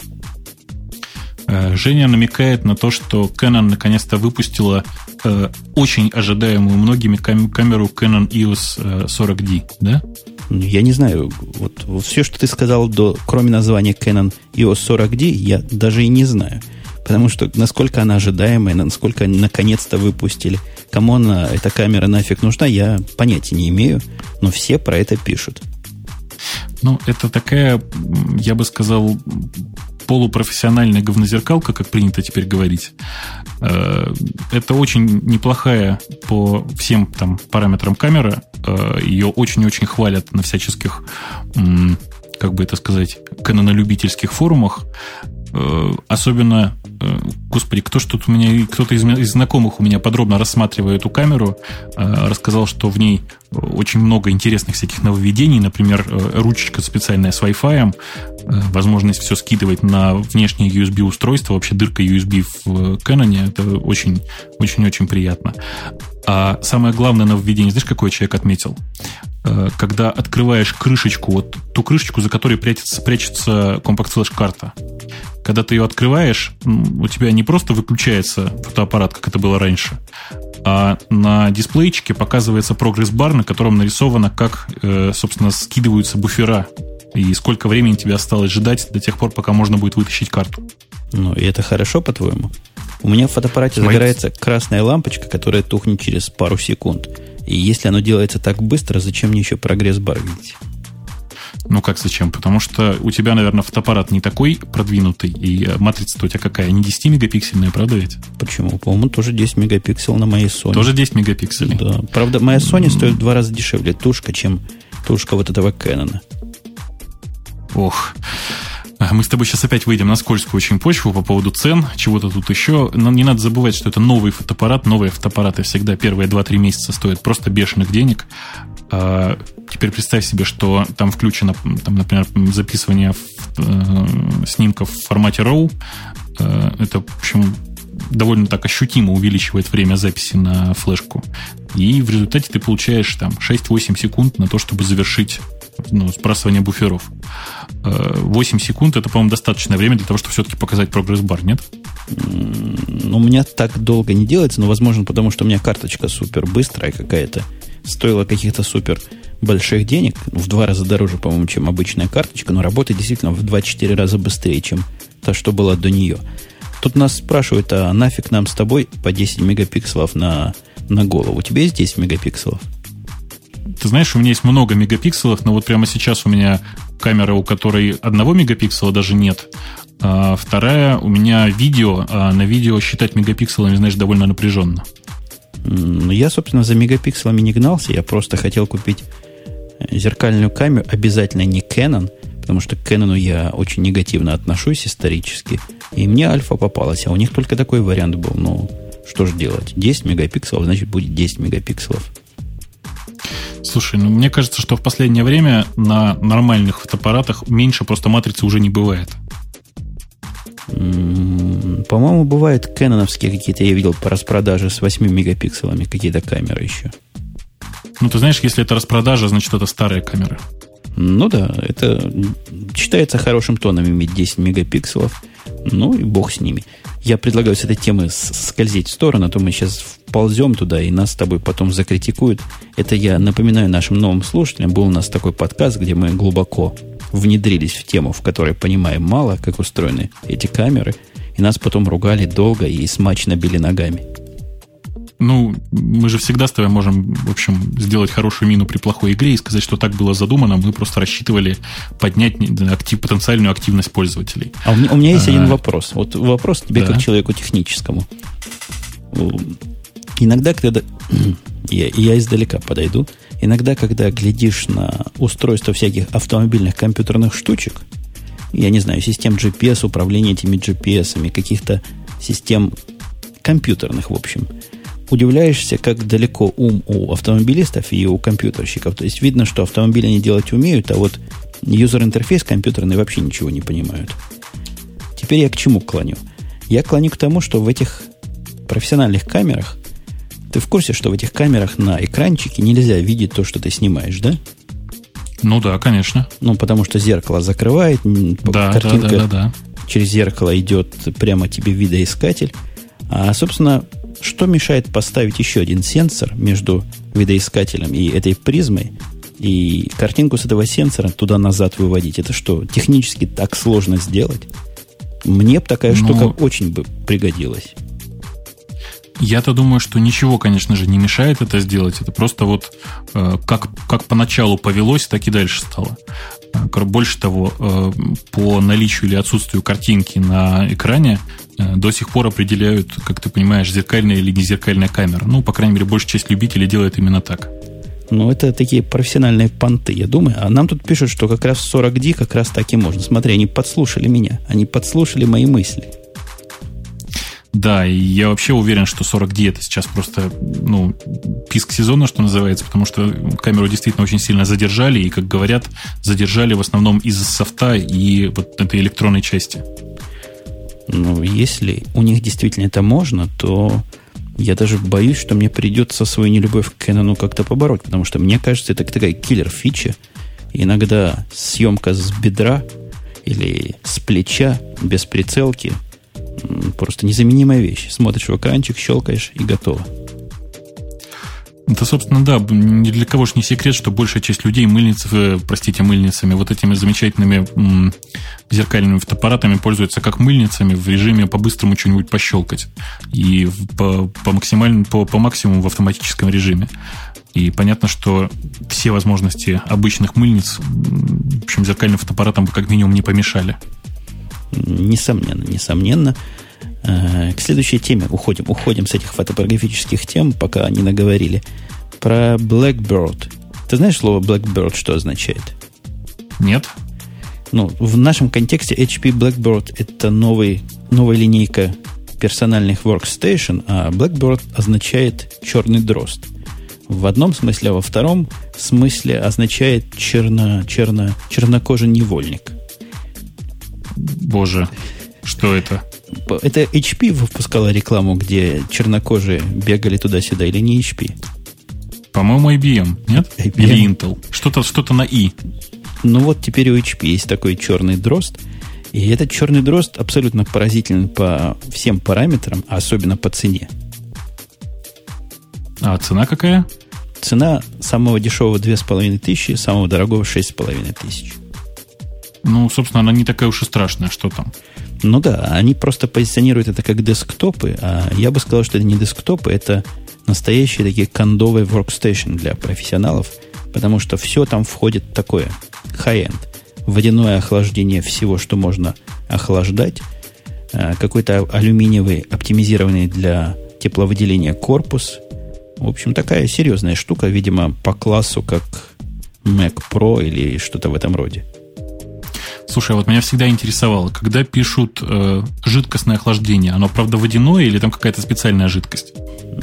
Женя намекает на то, что Canon наконец-то выпустила очень ожидаемую многими камеру Canon EOS 40D, да? Я не знаю, вот все, что ты сказал, кроме названия Canon EOS 40D, я даже и не знаю. Потому что насколько она ожидаемая, насколько наконец-то выпустили, кому эта камера нафиг нужна, я понятия не имею, но все про это пишут. Это такая, я бы сказал, полупрофессиональная говнозеркалка, как принято теперь говорить. Это очень неплохая по всем параметрам камера. Ее очень-очень хвалят на всяческих, как бы это сказать, канонолюбительских форумах. Особенно, господи, кто-то из знакомых у меня подробно рассматривая эту камеру, рассказал, что в ней очень много интересных всяких нововведений, например, ручечка специальная с Wi-Fi, возможность все скидывать на внешнее USB-устройство, вообще дырка USB в Canon, это очень-очень-очень приятно. А самое главное нововведение, знаешь, какое человек отметил? Когда открываешь крышечку, вот ту крышечку, за которой прячется компакт-флеш-карта. Когда ты ее открываешь, у тебя не просто выключается фотоаппарат, как это было раньше, а на дисплейчике показывается прогресс-бар, на котором нарисовано, как, собственно, скидываются буфера и сколько времени тебе осталось ждать до тех пор, пока можно будет вытащить карту. Ну, и это хорошо, по-твоему? У меня в фотоаппарате загорается красная лампочка, которая тухнет через пару секунд. И если оно делается так быстро, зачем мне еще прогресс-бар видеть? Ну, как зачем? Потому что у тебя, наверное, фотоаппарат не такой продвинутый, и матрица-то у тебя какая? Не 10-мегапиксельная, правда ведь? Почему? По-моему, тоже 10 мегапикселей на моей Sony. Тоже 10 мегапикселей? Да. Правда, моя Sony стоит в 2 раза дешевле тушка, чем тушка вот этого Canon. Ох... Мы с тобой сейчас опять выйдем на скользкую очень почву по поводу цен, чего-то тут еще. Но не надо забывать, что это новый фотоаппарат. Новые фотоаппараты всегда первые 2-3 месяца стоят просто бешеных денег. Теперь представь себе, что там включено, там, например, записывание снимков в формате RAW. Это, в общем, довольно так ощутимо увеличивает время записи на флешку. И в результате ты получаешь там 6-8 секунд на то, чтобы завершить сбрасывание буферов. 8 секунд — это, по-моему, достаточное время для того, чтобы все-таки показать прогресс-бар, нет? У меня так долго не делается, но, возможно, потому что у меня карточка супер быстрая какая-то. Стоила каких-то супер больших денег. В 2 раза дороже, по-моему, чем обычная карточка, но работает действительно в 2-4 раза быстрее, чем та, что была до нее. Тут нас спрашивают, а нафиг нам с тобой по 10 мегапикселов на голову? У тебя есть 10 мегапикселов? Ты знаешь, у меня есть много мегапикселов, но вот прямо сейчас у меня камера, у которой 1 мегапикселя даже нет. А вторая у меня видео, а на видео считать мегапикселами, знаешь, довольно напряженно. Я, собственно, за мегапикселами не гнался. Я просто хотел купить зеркальную камеру, обязательно не Canon, потому что к Canon я очень негативно отношусь исторически. И мне альфа попалась, а у них только такой вариант был. Ну, что же делать? 10 мегапикселов, значит, будет 10 мегапикселов. Слушай, мне кажется, что в последнее время на нормальных фотоаппаратах меньше просто матрицы уже не бывает. По-моему, бывают кэноновские какие-то, я видел по распродаже с 8 мегапикселами какие-то камеры еще. Ну, ты знаешь, если это распродажа, значит, это старая камера. Ну да, это считается хорошим тоном иметь 10 мегапикселов. Ну и бог с ними. Я предлагаю с этой темы скользить в сторону, а то мы сейчас вползем туда, и нас с тобой потом закритикуют. Это я напоминаю нашим новым слушателям. Был у нас такой подкаст, где мы глубоко внедрились в тему, в которой понимаем мало, как устроены эти камеры. И нас потом ругали долго и смачно били ногами. Ну, мы же всегда с тобой можем, в общем, сделать хорошую мину при плохой игре и сказать, что так было задумано. Мы просто рассчитывали поднять потенциальную активность пользователей. А у меня есть один вопрос. Вот вопрос тебе, да, как человеку техническому. Иногда, когда... Я издалека подойду. Иногда, когда глядишь на устройство всяких автомобильных компьютерных штучек, я не знаю, систем GPS, управления этими GPS-ами, каких-то систем компьютерных, в общем, удивляешься, как далеко ум у автомобилистов и у компьютерщиков. То есть видно, что автомобили они делать умеют, а вот юзер-интерфейс компьютерный вообще ничего не понимают. Теперь я к чему клоню? Я клоню к тому, что в этих профессиональных камерах, ты в курсе, что в этих камерах на экранчике нельзя видеть то, что ты снимаешь, да? Ну да, конечно. Ну, потому что зеркало закрывает, картинка да. Через зеркало идет прямо тебе видоискатель. А, собственно, что мешает поставить еще один сенсор между видоискателем и этой призмой, и картинку с этого сенсора туда-назад выводить? Это что, технически так сложно сделать? Мне бы такая штука очень бы пригодилась. Я-то думаю, что ничего, конечно же, не мешает это сделать. Это просто вот как поначалу повелось, так и дальше стало. Больше того, по наличию или отсутствию картинки на экране до сих пор определяют, как ты понимаешь, зеркальная или незеркальная камера. Ну, по крайней мере, большая часть любителей делает именно так. Ну, это такие профессиональные понты, я думаю. А нам тут пишут, что как раз в 40D как раз так и можно. Смотри, они подслушали меня. Они подслушали мои мысли. Да, и я вообще уверен, что 40D это сейчас просто, писк сезона, что называется, потому что камеру действительно очень сильно задержали, и, как говорят, задержали в основном из-за софта и вот этой электронной части. Ну, если у них действительно это можно, то Я даже боюсь, что мне придется свою нелюбовь к Canon как-то побороть, потому что мне кажется, это такая киллер-фича. Иногда съемка с бедра или с плеча без прицелки просто незаменимая вещь. Смотришь в экранчик, щелкаешь и готово. Это, собственно, да, ни для кого же не секрет, что большая часть людей мыльницами, вот этими замечательными зеркальными фотоаппаратами пользуются как мыльницами в режиме по-быстрому что-нибудь пощелкать. И по максимуму в автоматическом режиме. И понятно, что все возможности обычных мыльниц, в общем, зеркальным фотоаппаратам как минимум не помешали. Несомненно. К следующей теме уходим с этих фотографических тем, пока не наговорили. Про Blackbird. Ты знаешь слово Blackbird, что означает? Нет. Ну, в нашем контексте HP Blackbird это новая линейка персональных workstation, а Blackbird означает черный дрозд. В одном смысле, а во втором смысле означает чернокожий невольник. Боже, что это? Это HP выпускала рекламу, где чернокожие бегали туда-сюда, или не HP? По-моему, IBM, нет? IBM. Или Intel. Что-то на «и». Ну вот теперь у HP есть такой черный дрозд. И этот черный дрозд абсолютно поразителен по всем параметрам, а особенно по цене. А цена какая? Цена самого дешевого 2500, самого дорогого 6500. Ну, собственно, она не такая уж и страшная, что там. Ну да, они просто позиционируют это как десктопы, а я бы сказал, что это не десктопы, это настоящие такие кондовые workstation для профессионалов, потому что все там входит такое high-end. Водяное охлаждение всего, что можно охлаждать, какой-то алюминиевый, оптимизированный для тепловыделения корпус. В общем, такая серьезная штука, видимо, по классу, как Mac Pro или что-то в этом роде. Слушай, вот меня всегда интересовало, когда пишут жидкостное охлаждение, оно, правда, водяное или там какая-то специальная жидкость?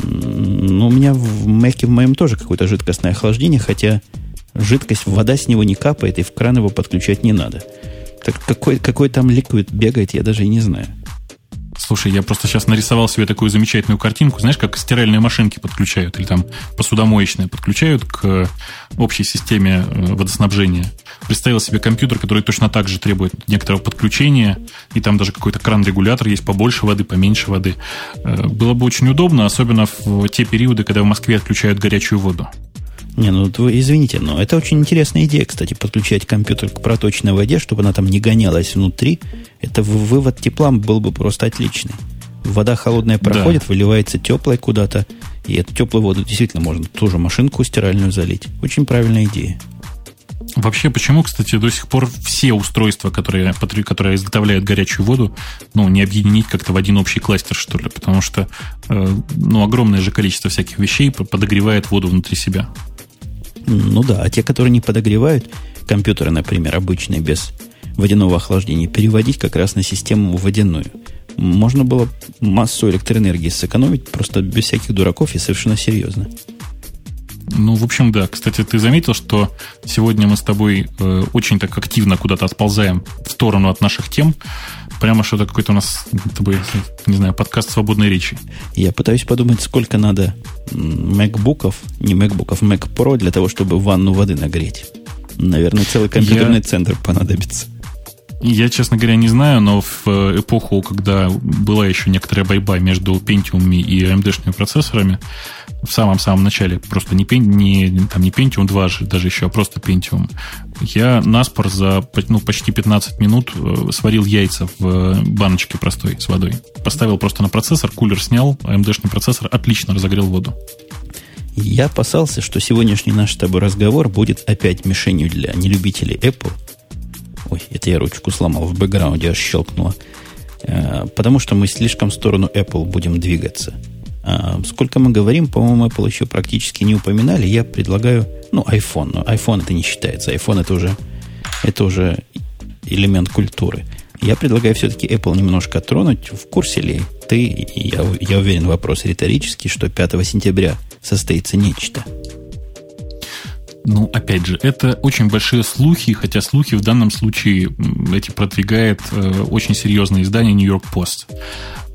Ну, у меня в Mac в моем тоже какое-то жидкостное охлаждение, хотя жидкость, вода с него не капает, и в кран его подключать не надо. Так какой там ликвид бегает, я даже и не знаю. Слушай, я просто сейчас нарисовал себе такую замечательную картинку. Знаешь, как стиральные машинки подключают или там посудомоечные подключают к общей системе водоснабжения. Представил себе компьютер, который точно так же требует некоторого подключения, и там даже какой-то кран-регулятор есть, побольше воды, поменьше воды. Было бы очень удобно, особенно в те периоды, когда в Москве отключают горячую воду. Не, ну вы извините, но это очень интересная идея, кстати, подключать компьютер к проточной воде, чтобы она там не гонялась внутри. Это вывод тепла был бы просто отличный. Вода холодная проходит, да, выливается теплая куда-то, и эту теплую воду действительно можно ту же машинку стиральную залить. Очень правильная идея. Вообще, почему, кстати, до сих пор все устройства, которые изготовляют горячую воду, не объединить как-то в один общий кластер, что ли? Потому что огромное же количество всяких вещей подогревает воду внутри себя. Ну да, а те, которые не подогревают, компьютеры, например, обычные, без водяного охлаждения, переводить как раз на систему водяную. Можно было массу электроэнергии сэкономить, просто без всяких дураков и совершенно серьезно. Ну, в общем, да. Кстати, ты заметил, что сегодня мы с тобой очень так активно куда-то отползаем в сторону от наших тем. Прямо что-то какой-то у нас, не знаю, подкаст свободной речи. Я пытаюсь подумать, сколько надо Mac Pro для того, чтобы ванну воды нагреть. Наверное, целый компьютерный центр понадобится. Я, честно говоря, не знаю, но в эпоху, когда была еще некоторая борьба между Pentium и AMD-шными процессорами, в самом-самом начале, просто не Pentium 2, даже еще, а просто Pentium, я наспор за почти 15 минут сварил яйца в баночке простой с водой. Поставил просто на процессор, кулер снял, AMD-шный процессор отлично разогрел воду. Я опасался, что сегодняшний наш с тобой разговор будет опять мишенью для нелюбителей Apple. Ой, это я ручку сломал, в бэкграунде аж щелкнуло. Потому что мы слишком в сторону Apple будем двигаться. Сколько мы говорим, по-моему, Apple еще практически не упоминали. Я предлагаю, iPhone. Но iPhone это не считается. iPhone это уже элемент культуры. Я предлагаю все-таки Apple немножко тронуть. В курсе ли ты, я уверен, вопрос риторический, что 5 сентября состоится нечто? Опять же, это очень большие слухи, хотя слухи в данном случае эти продвигает очень серьезное издание New York Post.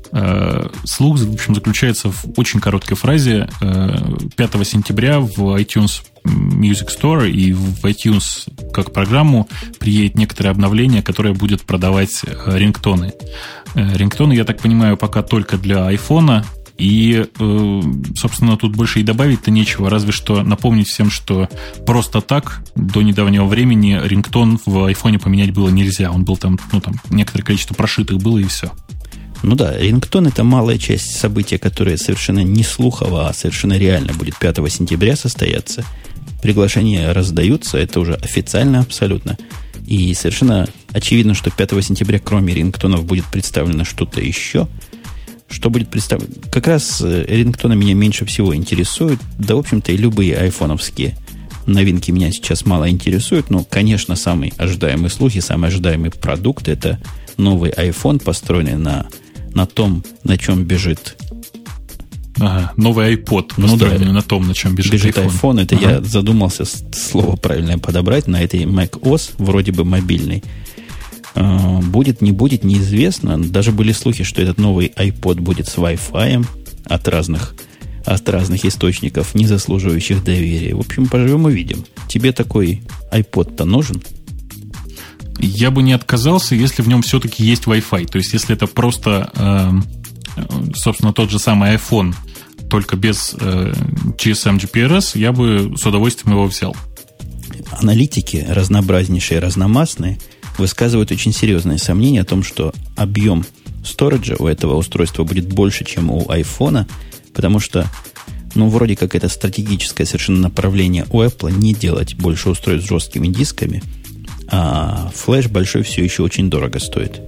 Слух, в общем, заключается в очень короткой фразе. 5 сентября в iTunes Music Store и в iTunes как программу приедет некоторое обновление, которое будет продавать рингтоны. Рингтоны, я так понимаю, пока только для iPhone. И, собственно, тут больше и добавить-то нечего, разве что напомнить всем, что просто так до недавнего времени рингтон в айфоне поменять было нельзя. Он был там, некоторое количество прошитых было, и все. Ну да, рингтон — это малая часть события, которое совершенно не слухово, а совершенно реально будет 5 сентября состояться. Приглашения раздаются, это уже официально абсолютно. И совершенно очевидно, что 5 сентября кроме рингтонов будет представлено что-то еще. Что будет представлено? Как раз рингтоны меня меньше всего интересуют. Да, в общем-то, и любые айфоновские новинки меня сейчас мало интересуют. Но, конечно, самый ожидаемый слух и самый ожидаемый продукт — это новый iPhone, построенный на том, на чем бежит. Ага, новый iPod, построенный на том, на чем бежит iPhone. Это я задумался слово правильное подобрать на этой macOS, вроде бы мобильной. Будет, не будет, неизвестно. Даже были слухи, что этот новый iPod будет с Wi-Fi от разных источников, не заслуживающих доверия. В общем, поживем увидим. Тебе такой iPod-то нужен? Я бы не отказался, если в нем все-таки есть Wi-Fi. То есть, если это просто, собственно, тот же самый iPhone, только без GSM GPRS, я бы с удовольствием его взял. Аналитики разнообразнейшие, разномастные, высказывают очень серьезные сомнения о том, что объем сториджа у этого устройства будет больше, чем у айфона, потому что, вроде как это стратегическое совершенно направление у Apple не делать больше устройств с жесткими дисками, а флеш большой все еще очень дорого стоит.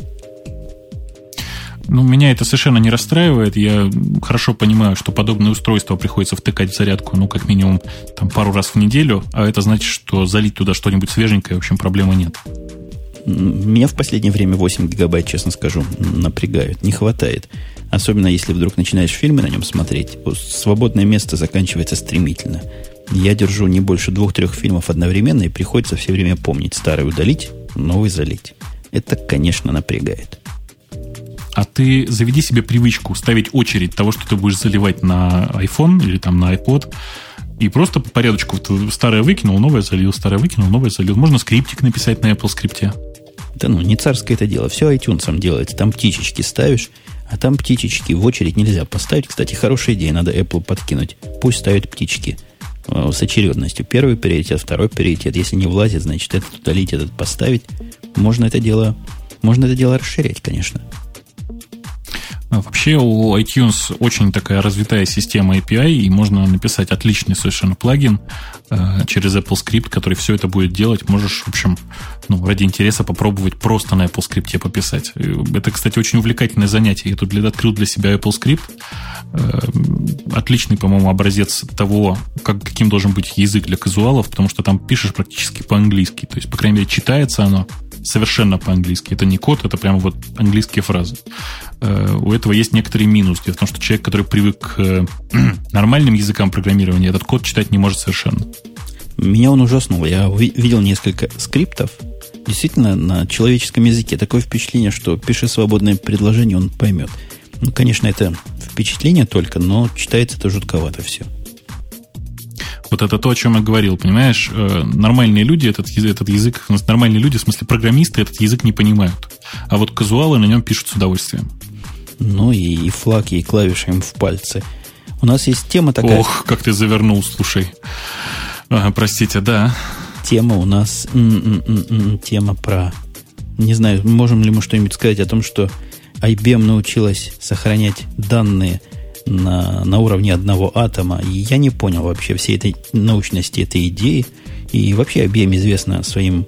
Меня это совершенно не расстраивает. Я хорошо понимаю, что подобное устройство приходится втыкать в зарядку, как минимум пару раз в неделю, а это значит, что залить туда что-нибудь свеженькое, в общем, проблемы нет. Меня в последнее время 8 гигабайт, честно скажу, напрягают. Не хватает. Особенно, если вдруг начинаешь фильмы на нем смотреть. Свободное место заканчивается стремительно. Я держу не больше 2-3 фильмов одновременно, и приходится все время помнить. Старый удалить, новый залить. Это, конечно, напрягает. А ты заведи себе привычку ставить очередь того, что ты будешь заливать на iPhone или на iPod, и просто по порядочку старое выкинул, новое залил, старое выкинул, новое залил. Можно скриптик написать на Apple скрипте. Да не царское это дело. Все iTunes делается. Там птичечки ставишь, а там птичечки в очередь нельзя поставить. Кстати, хорошая идея, надо Apple подкинуть. Пусть ставят птички с очередностью. Первый приоритет, второй приоритет. Если не влазит, значит, этот удалить, этот поставить. Можно это дело расширять, конечно. Вообще у iTunes очень такая развитая система API, и можно написать отличный совершенно плагин через Apple Script, который все это будет делать. Можешь, в общем, ради интереса попробовать просто на Apple Script пописать. Это, кстати, очень увлекательное занятие. Я тут открыл для себя Apple Script. Отличный, по-моему, образец того, каким должен быть язык для казуалов, потому что там пишешь практически по-английски. То есть, по крайней мере, читается оно совершенно по-английски. Это не код, это прямо английские фразы. У этого есть некоторый минус. Дело в том, что человек, который привык к нормальным языкам программирования, этот код читать не может совершенно. Меня он ужаснул. Я видел несколько скриптов. Действительно, на человеческом языке такое впечатление, что пиши свободное предложение, он поймет. Конечно, это впечатление только, но читается это жутковато все. Вот это то, о чем я говорил, понимаешь? Нормальные люди этот язык, нормальные люди, в смысле программисты, этот язык не понимают. А вот казуалы на нем пишут с удовольствием. И флаг, и клавиши им в пальцы. У нас есть тема такая... Ох, как ты завернул, слушай. Простите, да. Тема у нас... Тема про... Не знаю, можем ли мы что-нибудь сказать о том, что IBM научилась сохранять данные на уровне одного атома. И я не понял вообще всей этой научности этой идеи. И вообще IBM известна своим,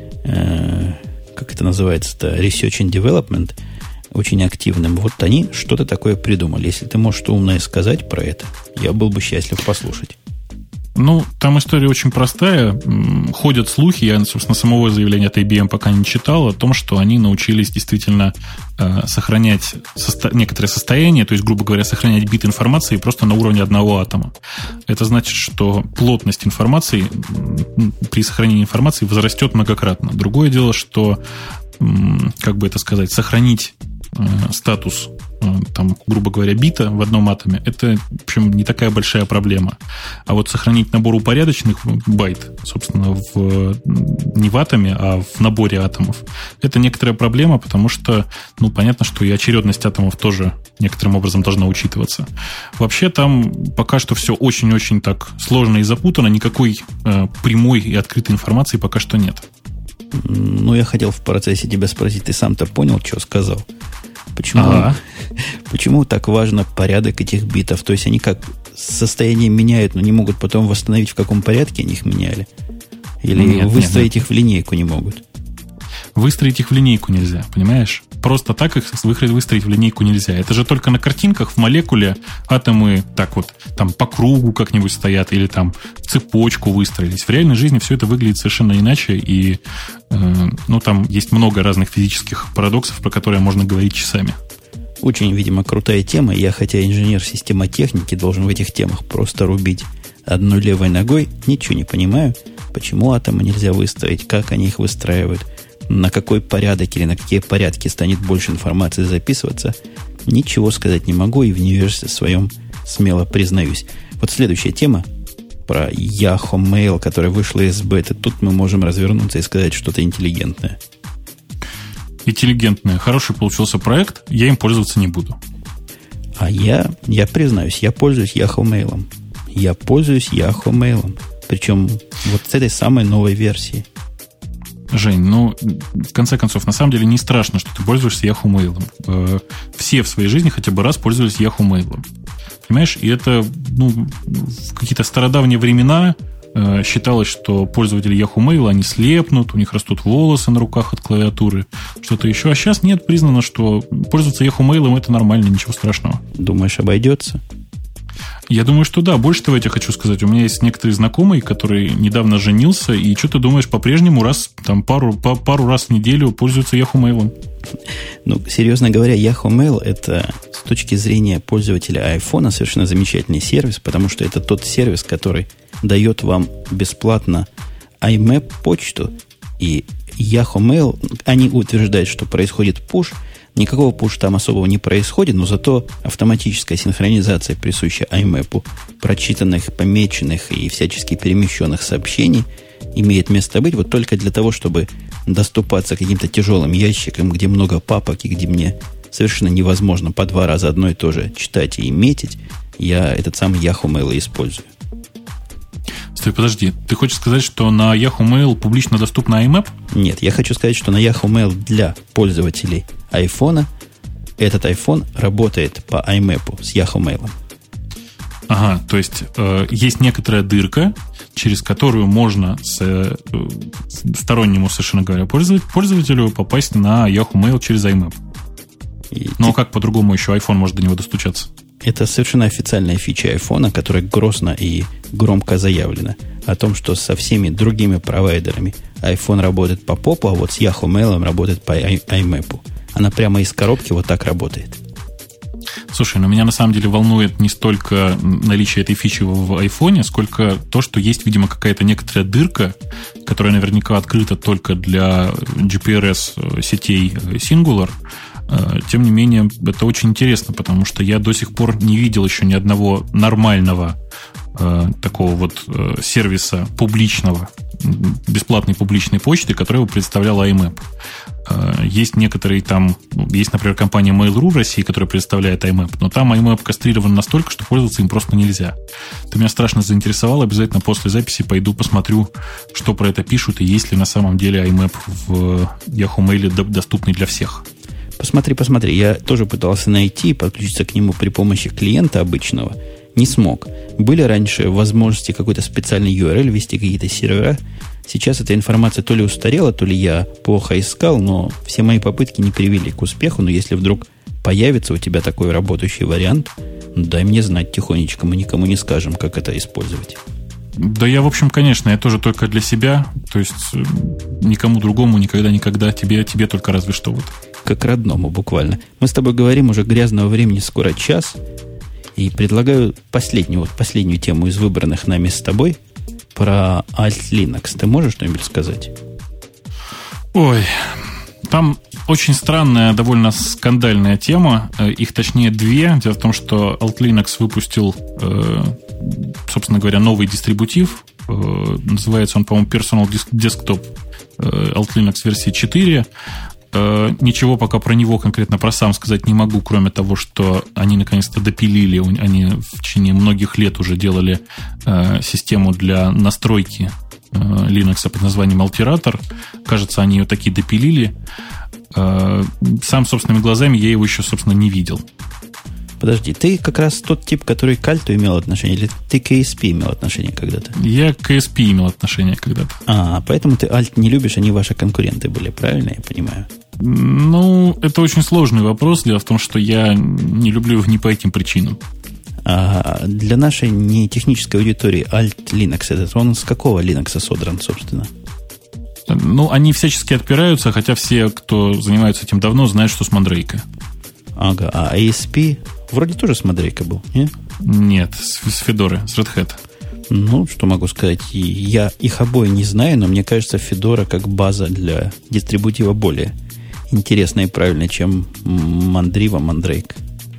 как это называется-то, research and development, очень активным. Вот они что-то такое придумали. Если ты можешь что умное сказать про это, я был бы счастлив послушать. Там история очень простая. Ходят слухи, я, собственно, самого заявления от IBM пока не читал, о том, что они научились действительно сохранять некоторое состояние, то есть, грубо говоря, сохранять бит информации просто на уровне одного атома. Это значит, что плотность информации при сохранении информации возрастет многократно. Другое дело, что, как бы это сказать, сохранить статус там, грубо говоря, бита в одном атоме, это, в общем, не такая большая проблема. А вот сохранить набор упорядоченных байт, собственно, не в атоме, а в наборе атомов, это некоторая проблема, потому что, понятно, что и очередность атомов тоже некоторым образом должна учитываться. Вообще там пока что все очень-очень так сложно и запутано, никакой прямой и открытой информации пока что нет. Я хотел в процессе тебя спросить, ты сам-то понял, что сказал? Почему так важно порядок этих битов? То есть они как состояние меняют, но не могут потом восстановить, в каком порядке они их меняли? Или выстроить их в линейку не могут? Выстроить их в линейку нельзя, понимаешь? Просто так их выстроить в линейку нельзя. Это же только на картинках в молекуле атомы так вот там по кругу как-нибудь стоят или там в цепочку выстроились. В реальной жизни все это выглядит совершенно иначе, и там есть много разных физических парадоксов, про которые можно говорить часами. Очень, видимо, крутая тема. Я, хотя инженер системотехники, должен в этих темах просто рубить одной левой ногой. Ничего не понимаю, почему атомы нельзя выстроить, как они их выстраивают, на какой порядок или на какие порядки станет больше информации записываться. Ничего сказать не могу и в невежестве своем смело признаюсь. Вот следующая тема про Yahoo Mail, которая вышла из беты. Тут мы можем развернуться и сказать что-то интеллигентное. Интеллигентное. Хороший получился проект, я им пользоваться не буду. А я признаюсь, я пользуюсь Yahoo Mail. Я пользуюсь Yahoo Mail. Причем вот с этой самой новой версии. Жень, в конце концов, на самом деле не страшно, что ты пользуешься Yahoo Mail. Все в своей жизни хотя бы раз пользовались Yahoo Mail. Понимаешь? И это, в какие-то стародавние времена считалось, что пользователи Yahoo Mail, они слепнут, у них растут волосы на руках от клавиатуры, что-то еще. А сейчас нет, признано, что пользоваться Yahoo Mail это нормально, ничего страшного. Думаешь, обойдется? Я думаю, что да. Больше того, я тебе хочу сказать. У меня есть некоторый знакомый, который недавно женился, и что ты думаешь, по-прежнему пару раз в неделю пользуется Yahoo Mail? Серьезно говоря, Yahoo Mail это с точки зрения пользователя iPhone совершенно замечательный сервис, потому что это тот сервис, который дает вам бесплатно IMAP почту, и Yahoo Mail, они утверждают, что происходит пуш. Никакого пуш там особого не происходит, но зато автоматическая синхронизация, присущая IMAP, прочитанных, помеченных и всячески перемещенных сообщений, имеет место быть вот только для того, чтобы доступаться к каким-то тяжелым ящикам, где много папок и где мне совершенно невозможно по 2 раза одно и то же читать и метить, я этот самый Yahoo Mail использую. Стой, подожди. Ты хочешь сказать, что на Yahoo Mail публично доступна IMAP? Нет, я хочу сказать, что на Yahoo Mail для пользователей iPhone этот iPhone работает по IMAP с Yahoo Mail. Ага, то есть есть некоторая дырка, через которую можно стороннему, совершенно говоря, пользователю попасть на Yahoo Mail через IMAP. Но как по-другому еще iPhone может до него достучаться? Это совершенно официальная фича iPhone, которая грозно и громко заявлена о том, что со всеми другими провайдерами iPhone работает по попу, а вот с Yahoo Mail работает по IMAP. Она прямо из коробки вот так работает. Слушай, меня на самом деле волнует не столько наличие этой фичи в iPhone, сколько то, что есть, видимо, какая-то некоторая дырка, которая наверняка открыта только для GPRS сетей Singular. Тем не менее, это очень интересно, потому что я до сих пор не видел еще ни одного нормального такого вот сервиса публичного, бесплатной публичной почты, которая бы представляла IMAP. Есть некоторые там, есть, например, компания Mail.ru в России, которая предоставляет IMAP, но там IMAP кастрирован настолько, что пользоваться им просто нельзя. Ты меня страшно заинтересовал, обязательно после записи пойду посмотрю, что про это пишут, и есть ли на самом деле IMAP в Yahoo Mail доступный для всех. Посмотри. Я тоже пытался найти, подключиться к нему при помощи клиента обычного. Не смог. Были раньше возможности какой-то специальный URL ввести, какие-то сервера. Сейчас эта информация то ли устарела, то ли я плохо искал, но все мои попытки не привели к успеху. Но если вдруг появится у тебя такой работающий вариант, дай мне знать тихонечко, мы никому не скажем, как это использовать. Да я, в общем, конечно, я тоже только для себя, то есть никому другому никогда, тебе только разве что вот. Как родному буквально. Мы с тобой говорим уже грязного времени скоро час, и предлагаю последнюю тему из выбранных нами с тобой про Alt Linux. Ты можешь что-нибудь сказать? Ой, там очень странная, довольно скандальная тема. Их, точнее, две. Дело в том, что Alt Linux выпустил, собственно говоря, новый дистрибутив. Называется он, по-моему, Personal Desktop Alt Linux версии 4. Ничего пока про него конкретно про сам сказать не могу, кроме того, что они наконец-то допилили. Они в течение многих лет уже делали систему для настройки Linux под названием Alterator. Кажется, они ее таки допилили. Сам собственными глазами я его еще, собственно, не видел. Подожди, ты как раз тот тип, который к Альту имел отношение, или ты к ASP имел отношение когда-то? Я к ASP имел отношение когда-то. Поэтому ты Альт не любишь, они ваши конкуренты были, правильно я понимаю? Ну, это очень сложный вопрос. Дело в том, что я не люблю его не по этим причинам. А для нашей нетехнической аудитории Alt Linux, этот он с какого Linux содран, собственно? Ну, они всячески отпираются, хотя все, кто занимается этим давно, знают, что с Mandrake. Ага, а ASP вроде тоже с Mandrake был, нет? Нет, с Fedora, с Red Hat. Ну, что могу сказать, я их обои не знаю, но мне кажется, Fedora как база для дистрибутива более интересная и правильная, чем Mandrake.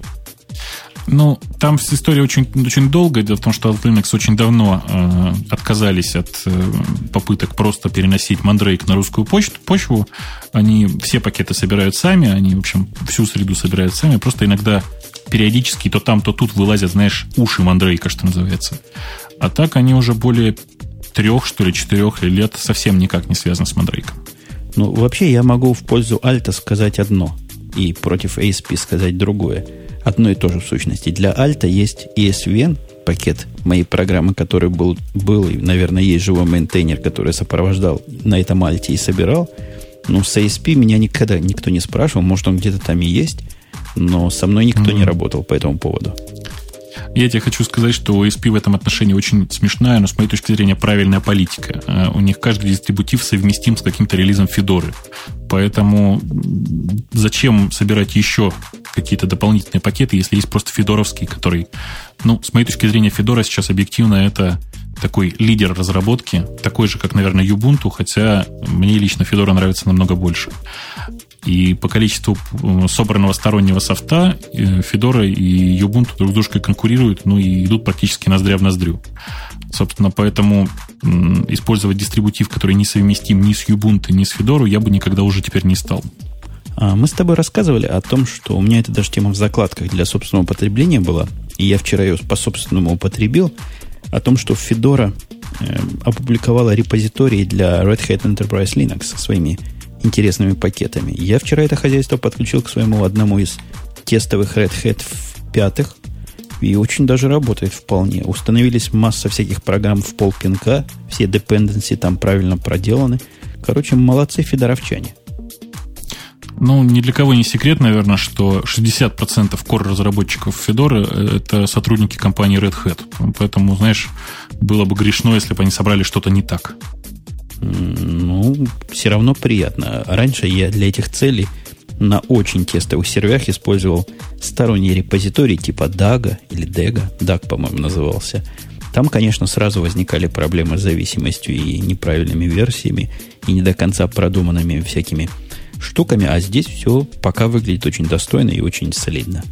Ну, там история очень, очень долгая. Дело в том, что Alt Linux очень давно отказались от попыток просто переносить Mandrake на русскую почву. Они все пакеты собирают сами, они, в общем, всю среду собирают сами. Просто иногда периодически то там, то тут вылазят, знаешь, уши Mandrake, что называется. А так они уже более 3, что ли, 4 лет совсем никак не связаны с Mandrake. Ну, вообще я могу в пользу Альта сказать одно и против ASP сказать другое. Одно и то же в сущности. Для Альта есть ESVN, пакет моей программы, который был и, наверное, есть живой мейнтейнер, который сопровождал на этом Альте и собирал. Но с ASP меня никогда никто не спрашивал. Может, он где-то там и есть, но со мной никто не работал по этому поводу. Я тебе хочу сказать, что у ASP в этом отношении очень смешная, но с моей точки зрения правильная политика. У них каждый дистрибутив совместим с каким-то релизом Федоры. Поэтому зачем собирать еще какие-то дополнительные пакеты, если есть просто федоровский, который, ну, с моей точки зрения, Федора сейчас объективно это такой лидер разработки, такой же, как, наверное, Ubuntu, хотя мне лично Федора нравится намного больше. И по количеству собранного стороннего софта Fedora и Ubuntu друг с дружкой конкурируют, ну и идут практически ноздря в ноздрю. Собственно, поэтому использовать дистрибутив, который несовместим ни с Ubuntu, ни с Fedora, я бы никогда уже теперь не стал. Мы с тобой рассказывали о том, что у меня это даже тема в закладках для собственного потребления была, и я вчера ее по-собственному употребил, о том, что Fedora опубликовала репозитории для Red Hat Enterprise Linux со своими интересными пакетами. Я вчера это хозяйство подключил к своему одному из тестовых Red Hat в 5, и очень даже работает вполне. Установились масса всяких программ в полпинка, все dependency там правильно проделаны. Короче, молодцы федоровчане. Ну, ни для кого не секрет, наверное, что 60% core-разработчиков Fedora – это сотрудники компании Red Hat. Поэтому, знаешь, было бы грешно, если бы они собрали что-то не так. Ну, все равно приятно. Раньше я для этих целей на очень тестовых серверах использовал сторонние репозитории типа DAG или DEGA. DAG, по-моему, назывался. Там, конечно, сразу возникали проблемы с зависимостью и неправильными версиями, и не до конца продуманными всякими штуками. А здесь все пока выглядит очень достойно и очень солидно.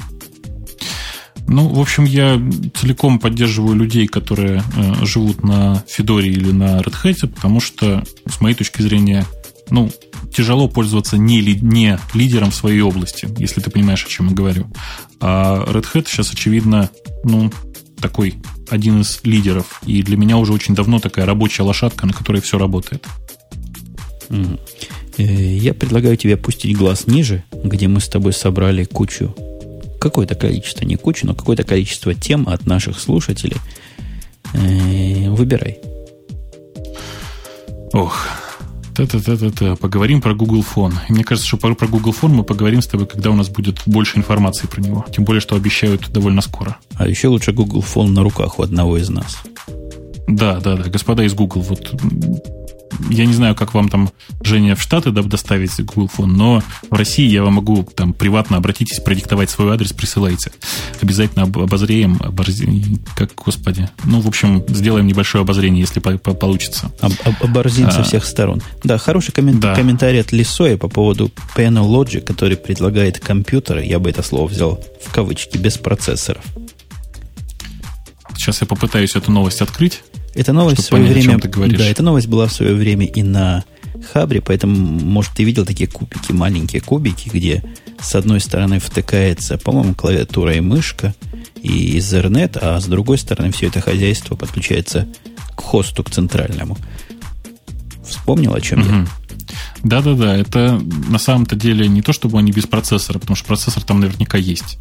Ну, в общем, я целиком поддерживаю людей, которые живут на Fedora или на Red Hat, потому что, с моей точки зрения, ну, тяжело пользоваться не лидером в своей области, если ты понимаешь, о чем я говорю. А Red Hat сейчас, очевидно, ну, такой один из лидеров. И для меня уже очень давно такая рабочая лошадка, на которой все работает. Я предлагаю тебе опустить глаз ниже, где мы с тобой собрали кучу, какое-то количество, не кучу, но какое-то количество тем от наших слушателей. Выбирай. Ох, поговорим про Google Phone. И мне кажется, что про Google Phone мы поговорим с тобой, когда у нас будет больше информации про него. Тем более, что обещают довольно скоро. А еще лучше Google Phone на руках у одного из нас. Да, господа из Google, вот я не знаю, как вам там, Женя, в Штаты доставить Google Phone, но в России я вам могу там приватно обратитесь, продиктовать свой адрес, присылайте. Обязательно обозреем, как, господи. Ну, в общем, сделаем небольшое обозрение, если получится. Оборзим со всех сторон. Да, хороший комментарий от Лисоя по поводу Panel Logic, который предлагает компьютеры, я бы это слово взял в кавычки, без процессоров. Сейчас я попытаюсь эту новость открыть. Эта новость в свое время, да, эта новость была в свое время и на Хабре, поэтому, может, ты видел такие кубики, маленькие кубики, где с одной стороны втыкается, по-моему, клавиатура и мышка и Ethernet, а с другой стороны все это хозяйство подключается к хосту, к центральному. Вспомнил, о чем я? Да-да-да, это на самом-то деле не то, чтобы они без процессора, потому что процессор там наверняка есть.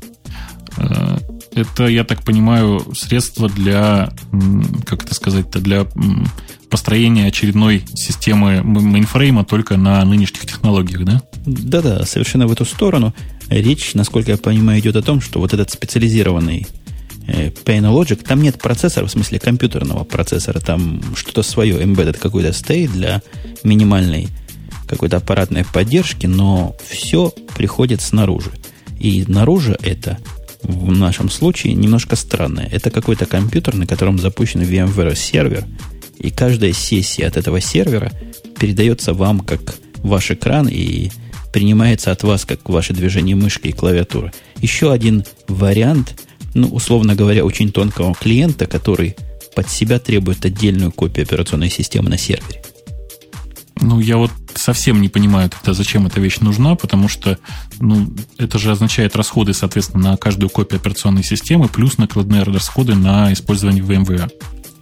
Это, я так понимаю, средство для, как это сказать-то, для построения очередной системы мейнфрейма только на нынешних технологиях, да? Да-да, совершенно в эту сторону. Речь, насколько я понимаю, идет о том, что вот этот специализированный Panel Logic, там нет процессора, в смысле компьютерного процессора, там что-то свое, embedded какой-то стоит для минимальной какой-то аппаратной поддержки, но все приходит снаружи. И наружу это в нашем случае немножко странное. Это какой-то компьютер, на котором запущен VMware сервер, и каждая сессия от этого сервера передается вам как ваш экран и принимается от вас как ваше движение мышки и клавиатуры. Еще один вариант, ну, условно говоря, очень тонкого клиента, который под себя требует отдельную копию операционной системы на сервере. Ну, я вот совсем не понимаю тогда, зачем эта вещь нужна, потому что, ну, это же означает расходы, соответственно, на каждую копию операционной системы, плюс накладные расходы на использование VMware.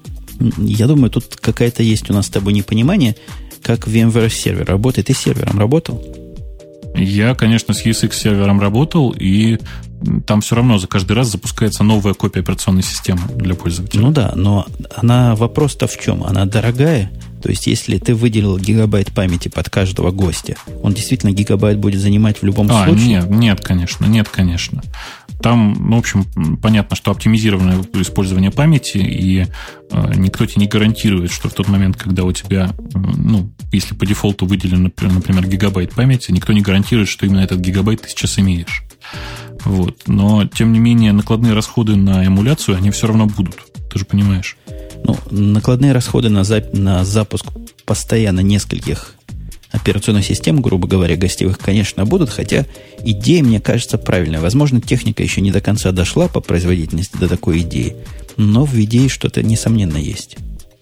Я думаю, тут какая-то есть у нас с тобой непонимание, как VMware сервер работает. Ты с сервером работал? Я, конечно, с ESX сервером работал, и там все равно за каждый раз запускается новая копия операционной системы для пользователя. Ну да, но вопрос-то в чем? Она дорогая? То есть, если ты выделил гигабайт памяти под каждого гостя, он действительно гигабайт будет занимать в любом случае? Нет, конечно. Там, ну, в общем, понятно, что оптимизированное использование памяти, и никто тебе не гарантирует, что в тот момент, когда у тебя, ну, если по дефолту выделен, например, гигабайт памяти, никто не гарантирует, что именно этот гигабайт ты сейчас имеешь. Вот. Но, тем не менее, накладные расходы на эмуляцию, они все равно будут. Ты же понимаешь. Ну, накладные расходы на запуск постоянно нескольких операционных систем, грубо говоря, гостевых, конечно, будут, хотя идея, мне кажется, правильная. Возможно, техника еще не до конца дошла по производительности до такой идеи, но в идее что-то, несомненно, есть.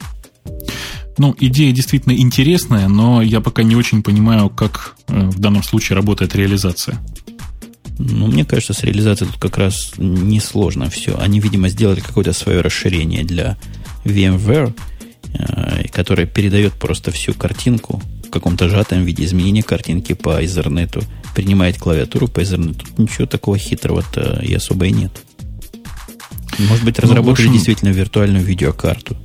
Ну, идея действительно интересная, но я пока не очень понимаю, как в данном случае работает реализация. Ну, мне кажется, с реализацией тут как раз несложно все. Они, видимо, сделали какое-то свое расширение для VMware, которое передает просто всю картинку в каком-то сжатом виде, изменения картинки по Ethernet, принимает клавиатуру по Ethernet. Тут ничего такого хитрого-то и особо и нет. Может быть, разработали действительно виртуальную видеокарту.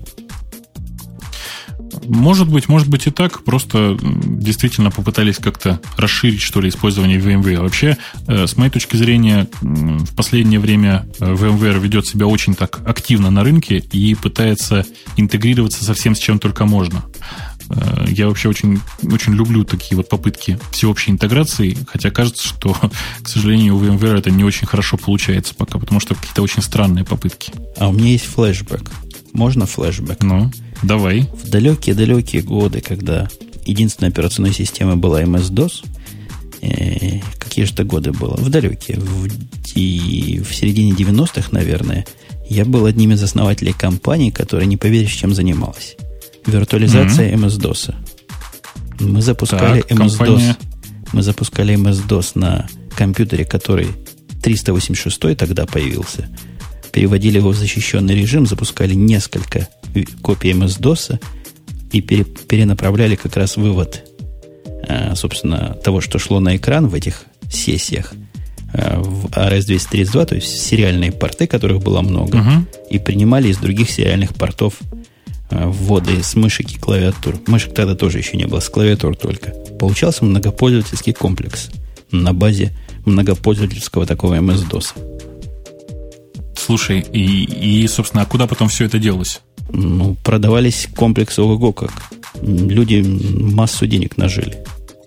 Может быть и так, просто действительно попытались как-то расширить, что ли, использование VMware. Вообще, с моей точки зрения, в последнее время VMware ведет себя очень так активно на рынке и пытается интегрироваться со всем, с чем только можно. Я вообще очень, очень люблю такие вот попытки всеобщей интеграции, хотя кажется, что, к сожалению, у VMware это не очень хорошо получается пока, потому что какие-то очень странные попытки. А у меня есть флешбэк. Можно флешбэк? Ну, давай. В далекие-далекие годы, когда единственная операционная система была MS-DOS, какие же это годы было? В далекие. В середине 90-х, наверное, я был одним из основателей компании, которая, не поверишь, чем занималась. Виртуализация MS-DOS. Мы запускали MS-DOS. Мы запускали MS-DOS на компьютере, который 386 тогда появился. Переводили его в защищенный режим, запускали несколько копий MS-DOS и перенаправляли как раз вывод, собственно, того, что шло на экран в этих сессиях в RS-232, то есть сериальные порты, которых было много, и принимали из других сериальных портов вводы с мышек и клавиатур. Мышек тогда тоже еще не было, с клавиатур только. Получался многопользовательский комплекс на базе многопользовательского такого MS-DOS. Слушай, и, собственно, а куда потом все это делось? Ну, продавались комплексы ого-го как. Люди массу денег нажили.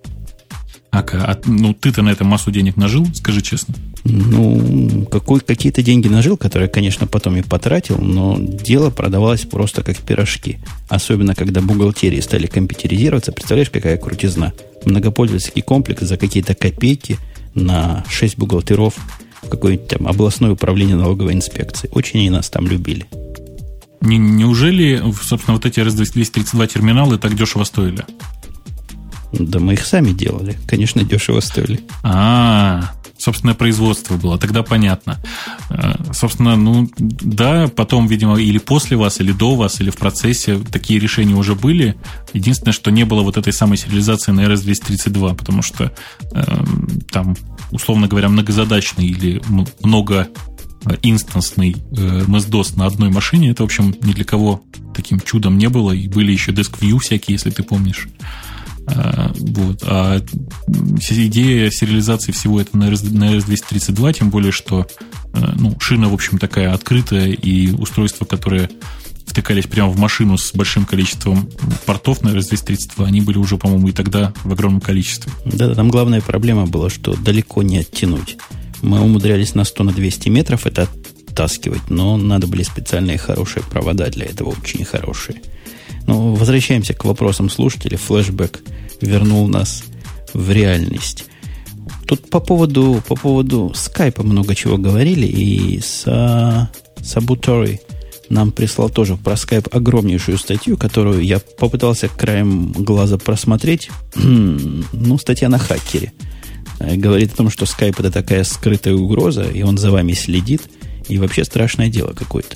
Ну, ты-то на этом массу денег нажил, скажи честно. Ну, какие-то деньги нажил, которые, конечно, потом и потратил, но дело продавалось просто как пирожки. Особенно, когда бухгалтерии стали компьютеризироваться. Представляешь, какая крутизна? Многопользовательский комплекс за какие-то копейки на 6 бухгалтеров в какое-нибудь там областное управление налоговой инспекции. Очень они нас там любили. Неужели, собственно, вот эти RS-232 терминалы так дешево стоили? Да мы их сами делали. Конечно, дешево стоили. Собственное производство было. Тогда понятно. Собственно, ну, да, потом, видимо, или после вас, или до вас, или в процессе такие решения уже были. Единственное, что не было вот этой самой сериализации на RS-232, потому что там, условно говоря, многозадачный или многоинстансный MS-DOS на одной машине, это, в общем, ни для кого таким чудом не было. И были еще DeskView всякие, если ты помнишь. Вот. А идея сериализации всего этого на RS-232, тем более, что шина, в общем, такая открытая, и устройства, которые втыкались прямо в машину с большим количеством портов на RS-232, они были уже, по-моему, и тогда в огромном количестве. Да, там главная проблема была, что далеко не оттянуть. Мы умудрялись на 100-200 метров это оттаскивать, но надо были специальные хорошие провода для этого, очень хорошие. Но возвращаемся к вопросам слушателей. Флэшбэк вернул нас в реальность. Тут по поводу скайпа много чего говорили, и Сабутори нам прислал тоже про скайп огромнейшую статью, которую я попытался краем глаза просмотреть. Статья на хакере. Говорит о том, что скайп это такая скрытая угроза, и он за вами следит, и вообще страшное дело какое-то.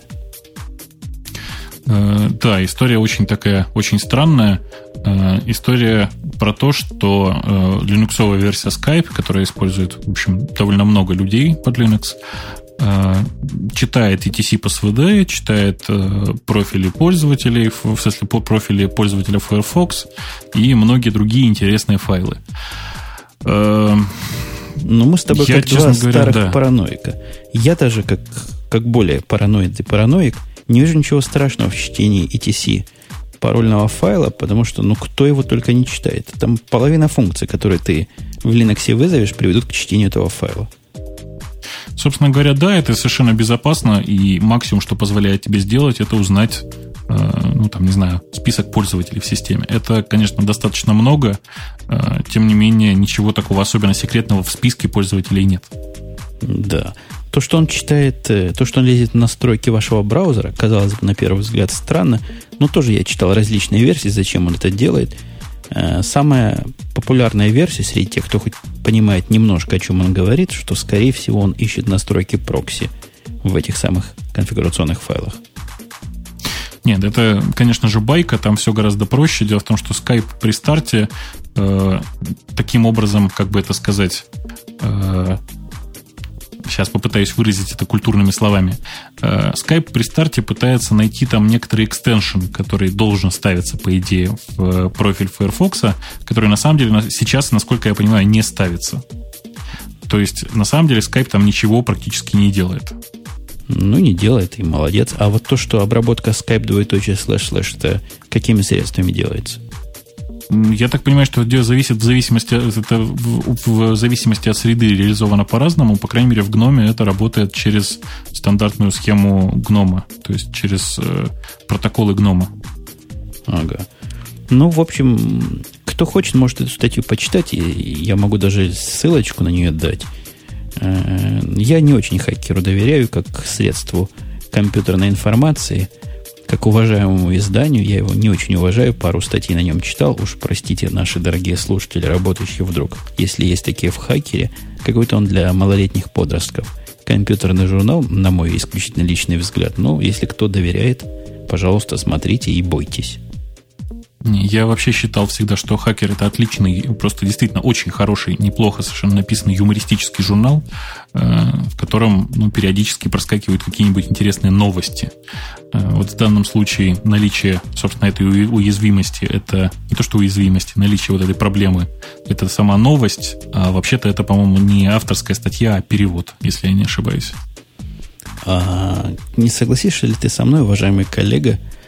Да, история очень такая, очень странная. История про то, что линуксовая версия Skype, которая использует, в общем, довольно много людей под Linux, читает ETC по SVD, читает профили пользователей, в смысле профили пользователя Firefox и многие другие интересные файлы. Мы с тобой как два старых параноика. Я даже как более параноид и параноик не вижу ничего страшного в чтении ETC парольного файла, потому что, кто его только не читает. Там половина функций, которые ты в Linux вызовешь, приведут к чтению этого файла. Собственно говоря, да, это совершенно безопасно, и максимум, что позволяет тебе сделать, это узнать, список пользователей в системе. Это, конечно, достаточно много, тем не менее, ничего такого особенно секретного в списке пользователей нет. Да. То, что он читает, то, что он лезет в настройки вашего браузера, казалось бы, на первый взгляд странно, но тоже я читал различные версии, зачем он это делает. Самая популярная версия среди тех, кто хоть понимает немножко, о чем он говорит, что, скорее всего, он ищет настройки прокси в этих самых конфигурационных файлах. Нет, это, конечно же, байка, там все гораздо проще. Дело в том, что Skype при старте таким образом, как бы это сказать... Сейчас попытаюсь выразить это культурными словами. Skype при старте пытается найти там некоторый экстеншн, который должен ставиться, по идее, в профиль Firefox, который на самом деле сейчас, насколько я понимаю, не ставится. То есть, на самом деле, Skype там ничего практически не делает. Не делает, и молодец. А вот то, что обработка Skype // это какими средствами делается? Я так понимаю, что это зависит в зависимости от среды реализовано по-разному. По крайней мере, в GNOME это работает через стандартную схему GNOME, то есть через протоколы GNOME. Ага. В общем, кто хочет, может эту статью почитать, и я могу даже ссылочку на нее дать. Я не очень хакеру доверяю, как средству компьютерной информации, как уважаемому изданию. Я его не очень уважаю, пару статей на нем читал. Уж простите, наши дорогие слушатели, работающие вдруг, если есть такие в хакере, какой-то он для малолетних подростков. Компьютерный журнал, на мой исключительно личный взгляд. Если кто доверяет, пожалуйста, смотрите и бойтесь. Я вообще считал всегда, что «Хакер» — это отличный, просто действительно очень хороший, неплохо совершенно написанный юмористический журнал, в котором периодически проскакивают какие-нибудь интересные новости. Вот в данном случае наличие, собственно, этой уязвимости, это не то что уязвимости, наличие вот этой проблемы, это сама новость, а вообще-то это, по-моему, не авторская статья, а перевод, если я не ошибаюсь. Не согласишься ли ты со мной, уважаемый коллега,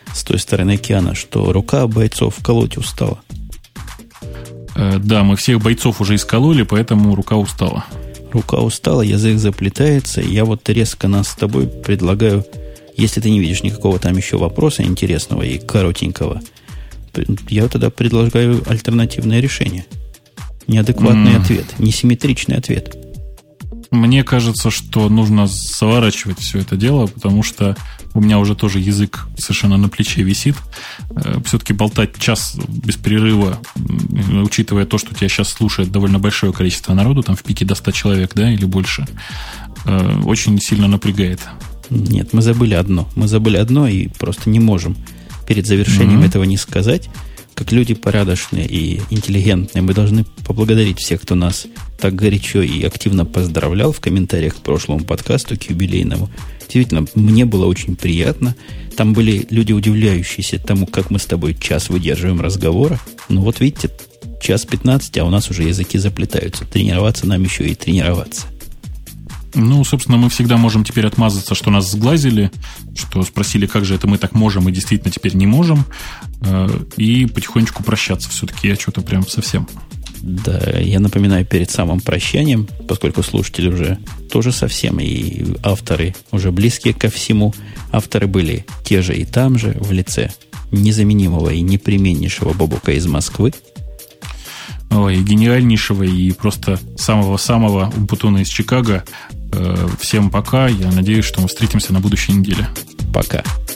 с той стороны океана, что рука бойцов колоть устала. Да, мы всех бойцов уже искололи, поэтому рука устала. Рука устала, язык заплетается. Я вот резко нас с тобой предлагаю, если ты не видишь никакого там еще вопроса интересного и коротенького, я тогда предлагаю альтернативное решение. Неадекватный ответ, несимметричный ответ. Мне кажется, что нужно заворачивать все это дело, потому что у меня уже тоже язык совершенно на плече висит. Все-таки болтать час без перерыва, учитывая то, что тебя сейчас слушает довольно большое количество народу, там в пике до 100 человек, да, или больше, очень сильно напрягает. Нет, мы забыли одно и просто не можем перед завершением этого не сказать. Как люди порядочные и интеллигентные, мы должны поблагодарить всех, кто нас так горячо и активно поздравлял в комментариях к прошлому подкасту, к юбилейному. Действительно, мне было очень приятно. Там были люди, удивляющиеся тому, как мы с тобой час выдерживаем разговора. Ну вот видите, час 15, а у нас уже языки заплетаются. Тренироваться нам еще и тренироваться. Ну, собственно, мы всегда можем теперь отмазаться, что нас сглазили, что спросили, как же это мы так можем, и действительно теперь не можем, и потихонечку прощаться все-таки. Я что-то прям совсем... Да, я напоминаю перед самым прощанием, поскольку слушатели уже тоже совсем, и авторы уже близкие ко всему. Авторы были те же и там же, в лице незаменимого и непременнейшего Бобука из Москвы. Ой, гениальнейшего и просто самого-самого Умпутуна из Чикаго. Всем пока. Я надеюсь, что мы встретимся на будущей неделе. Пока.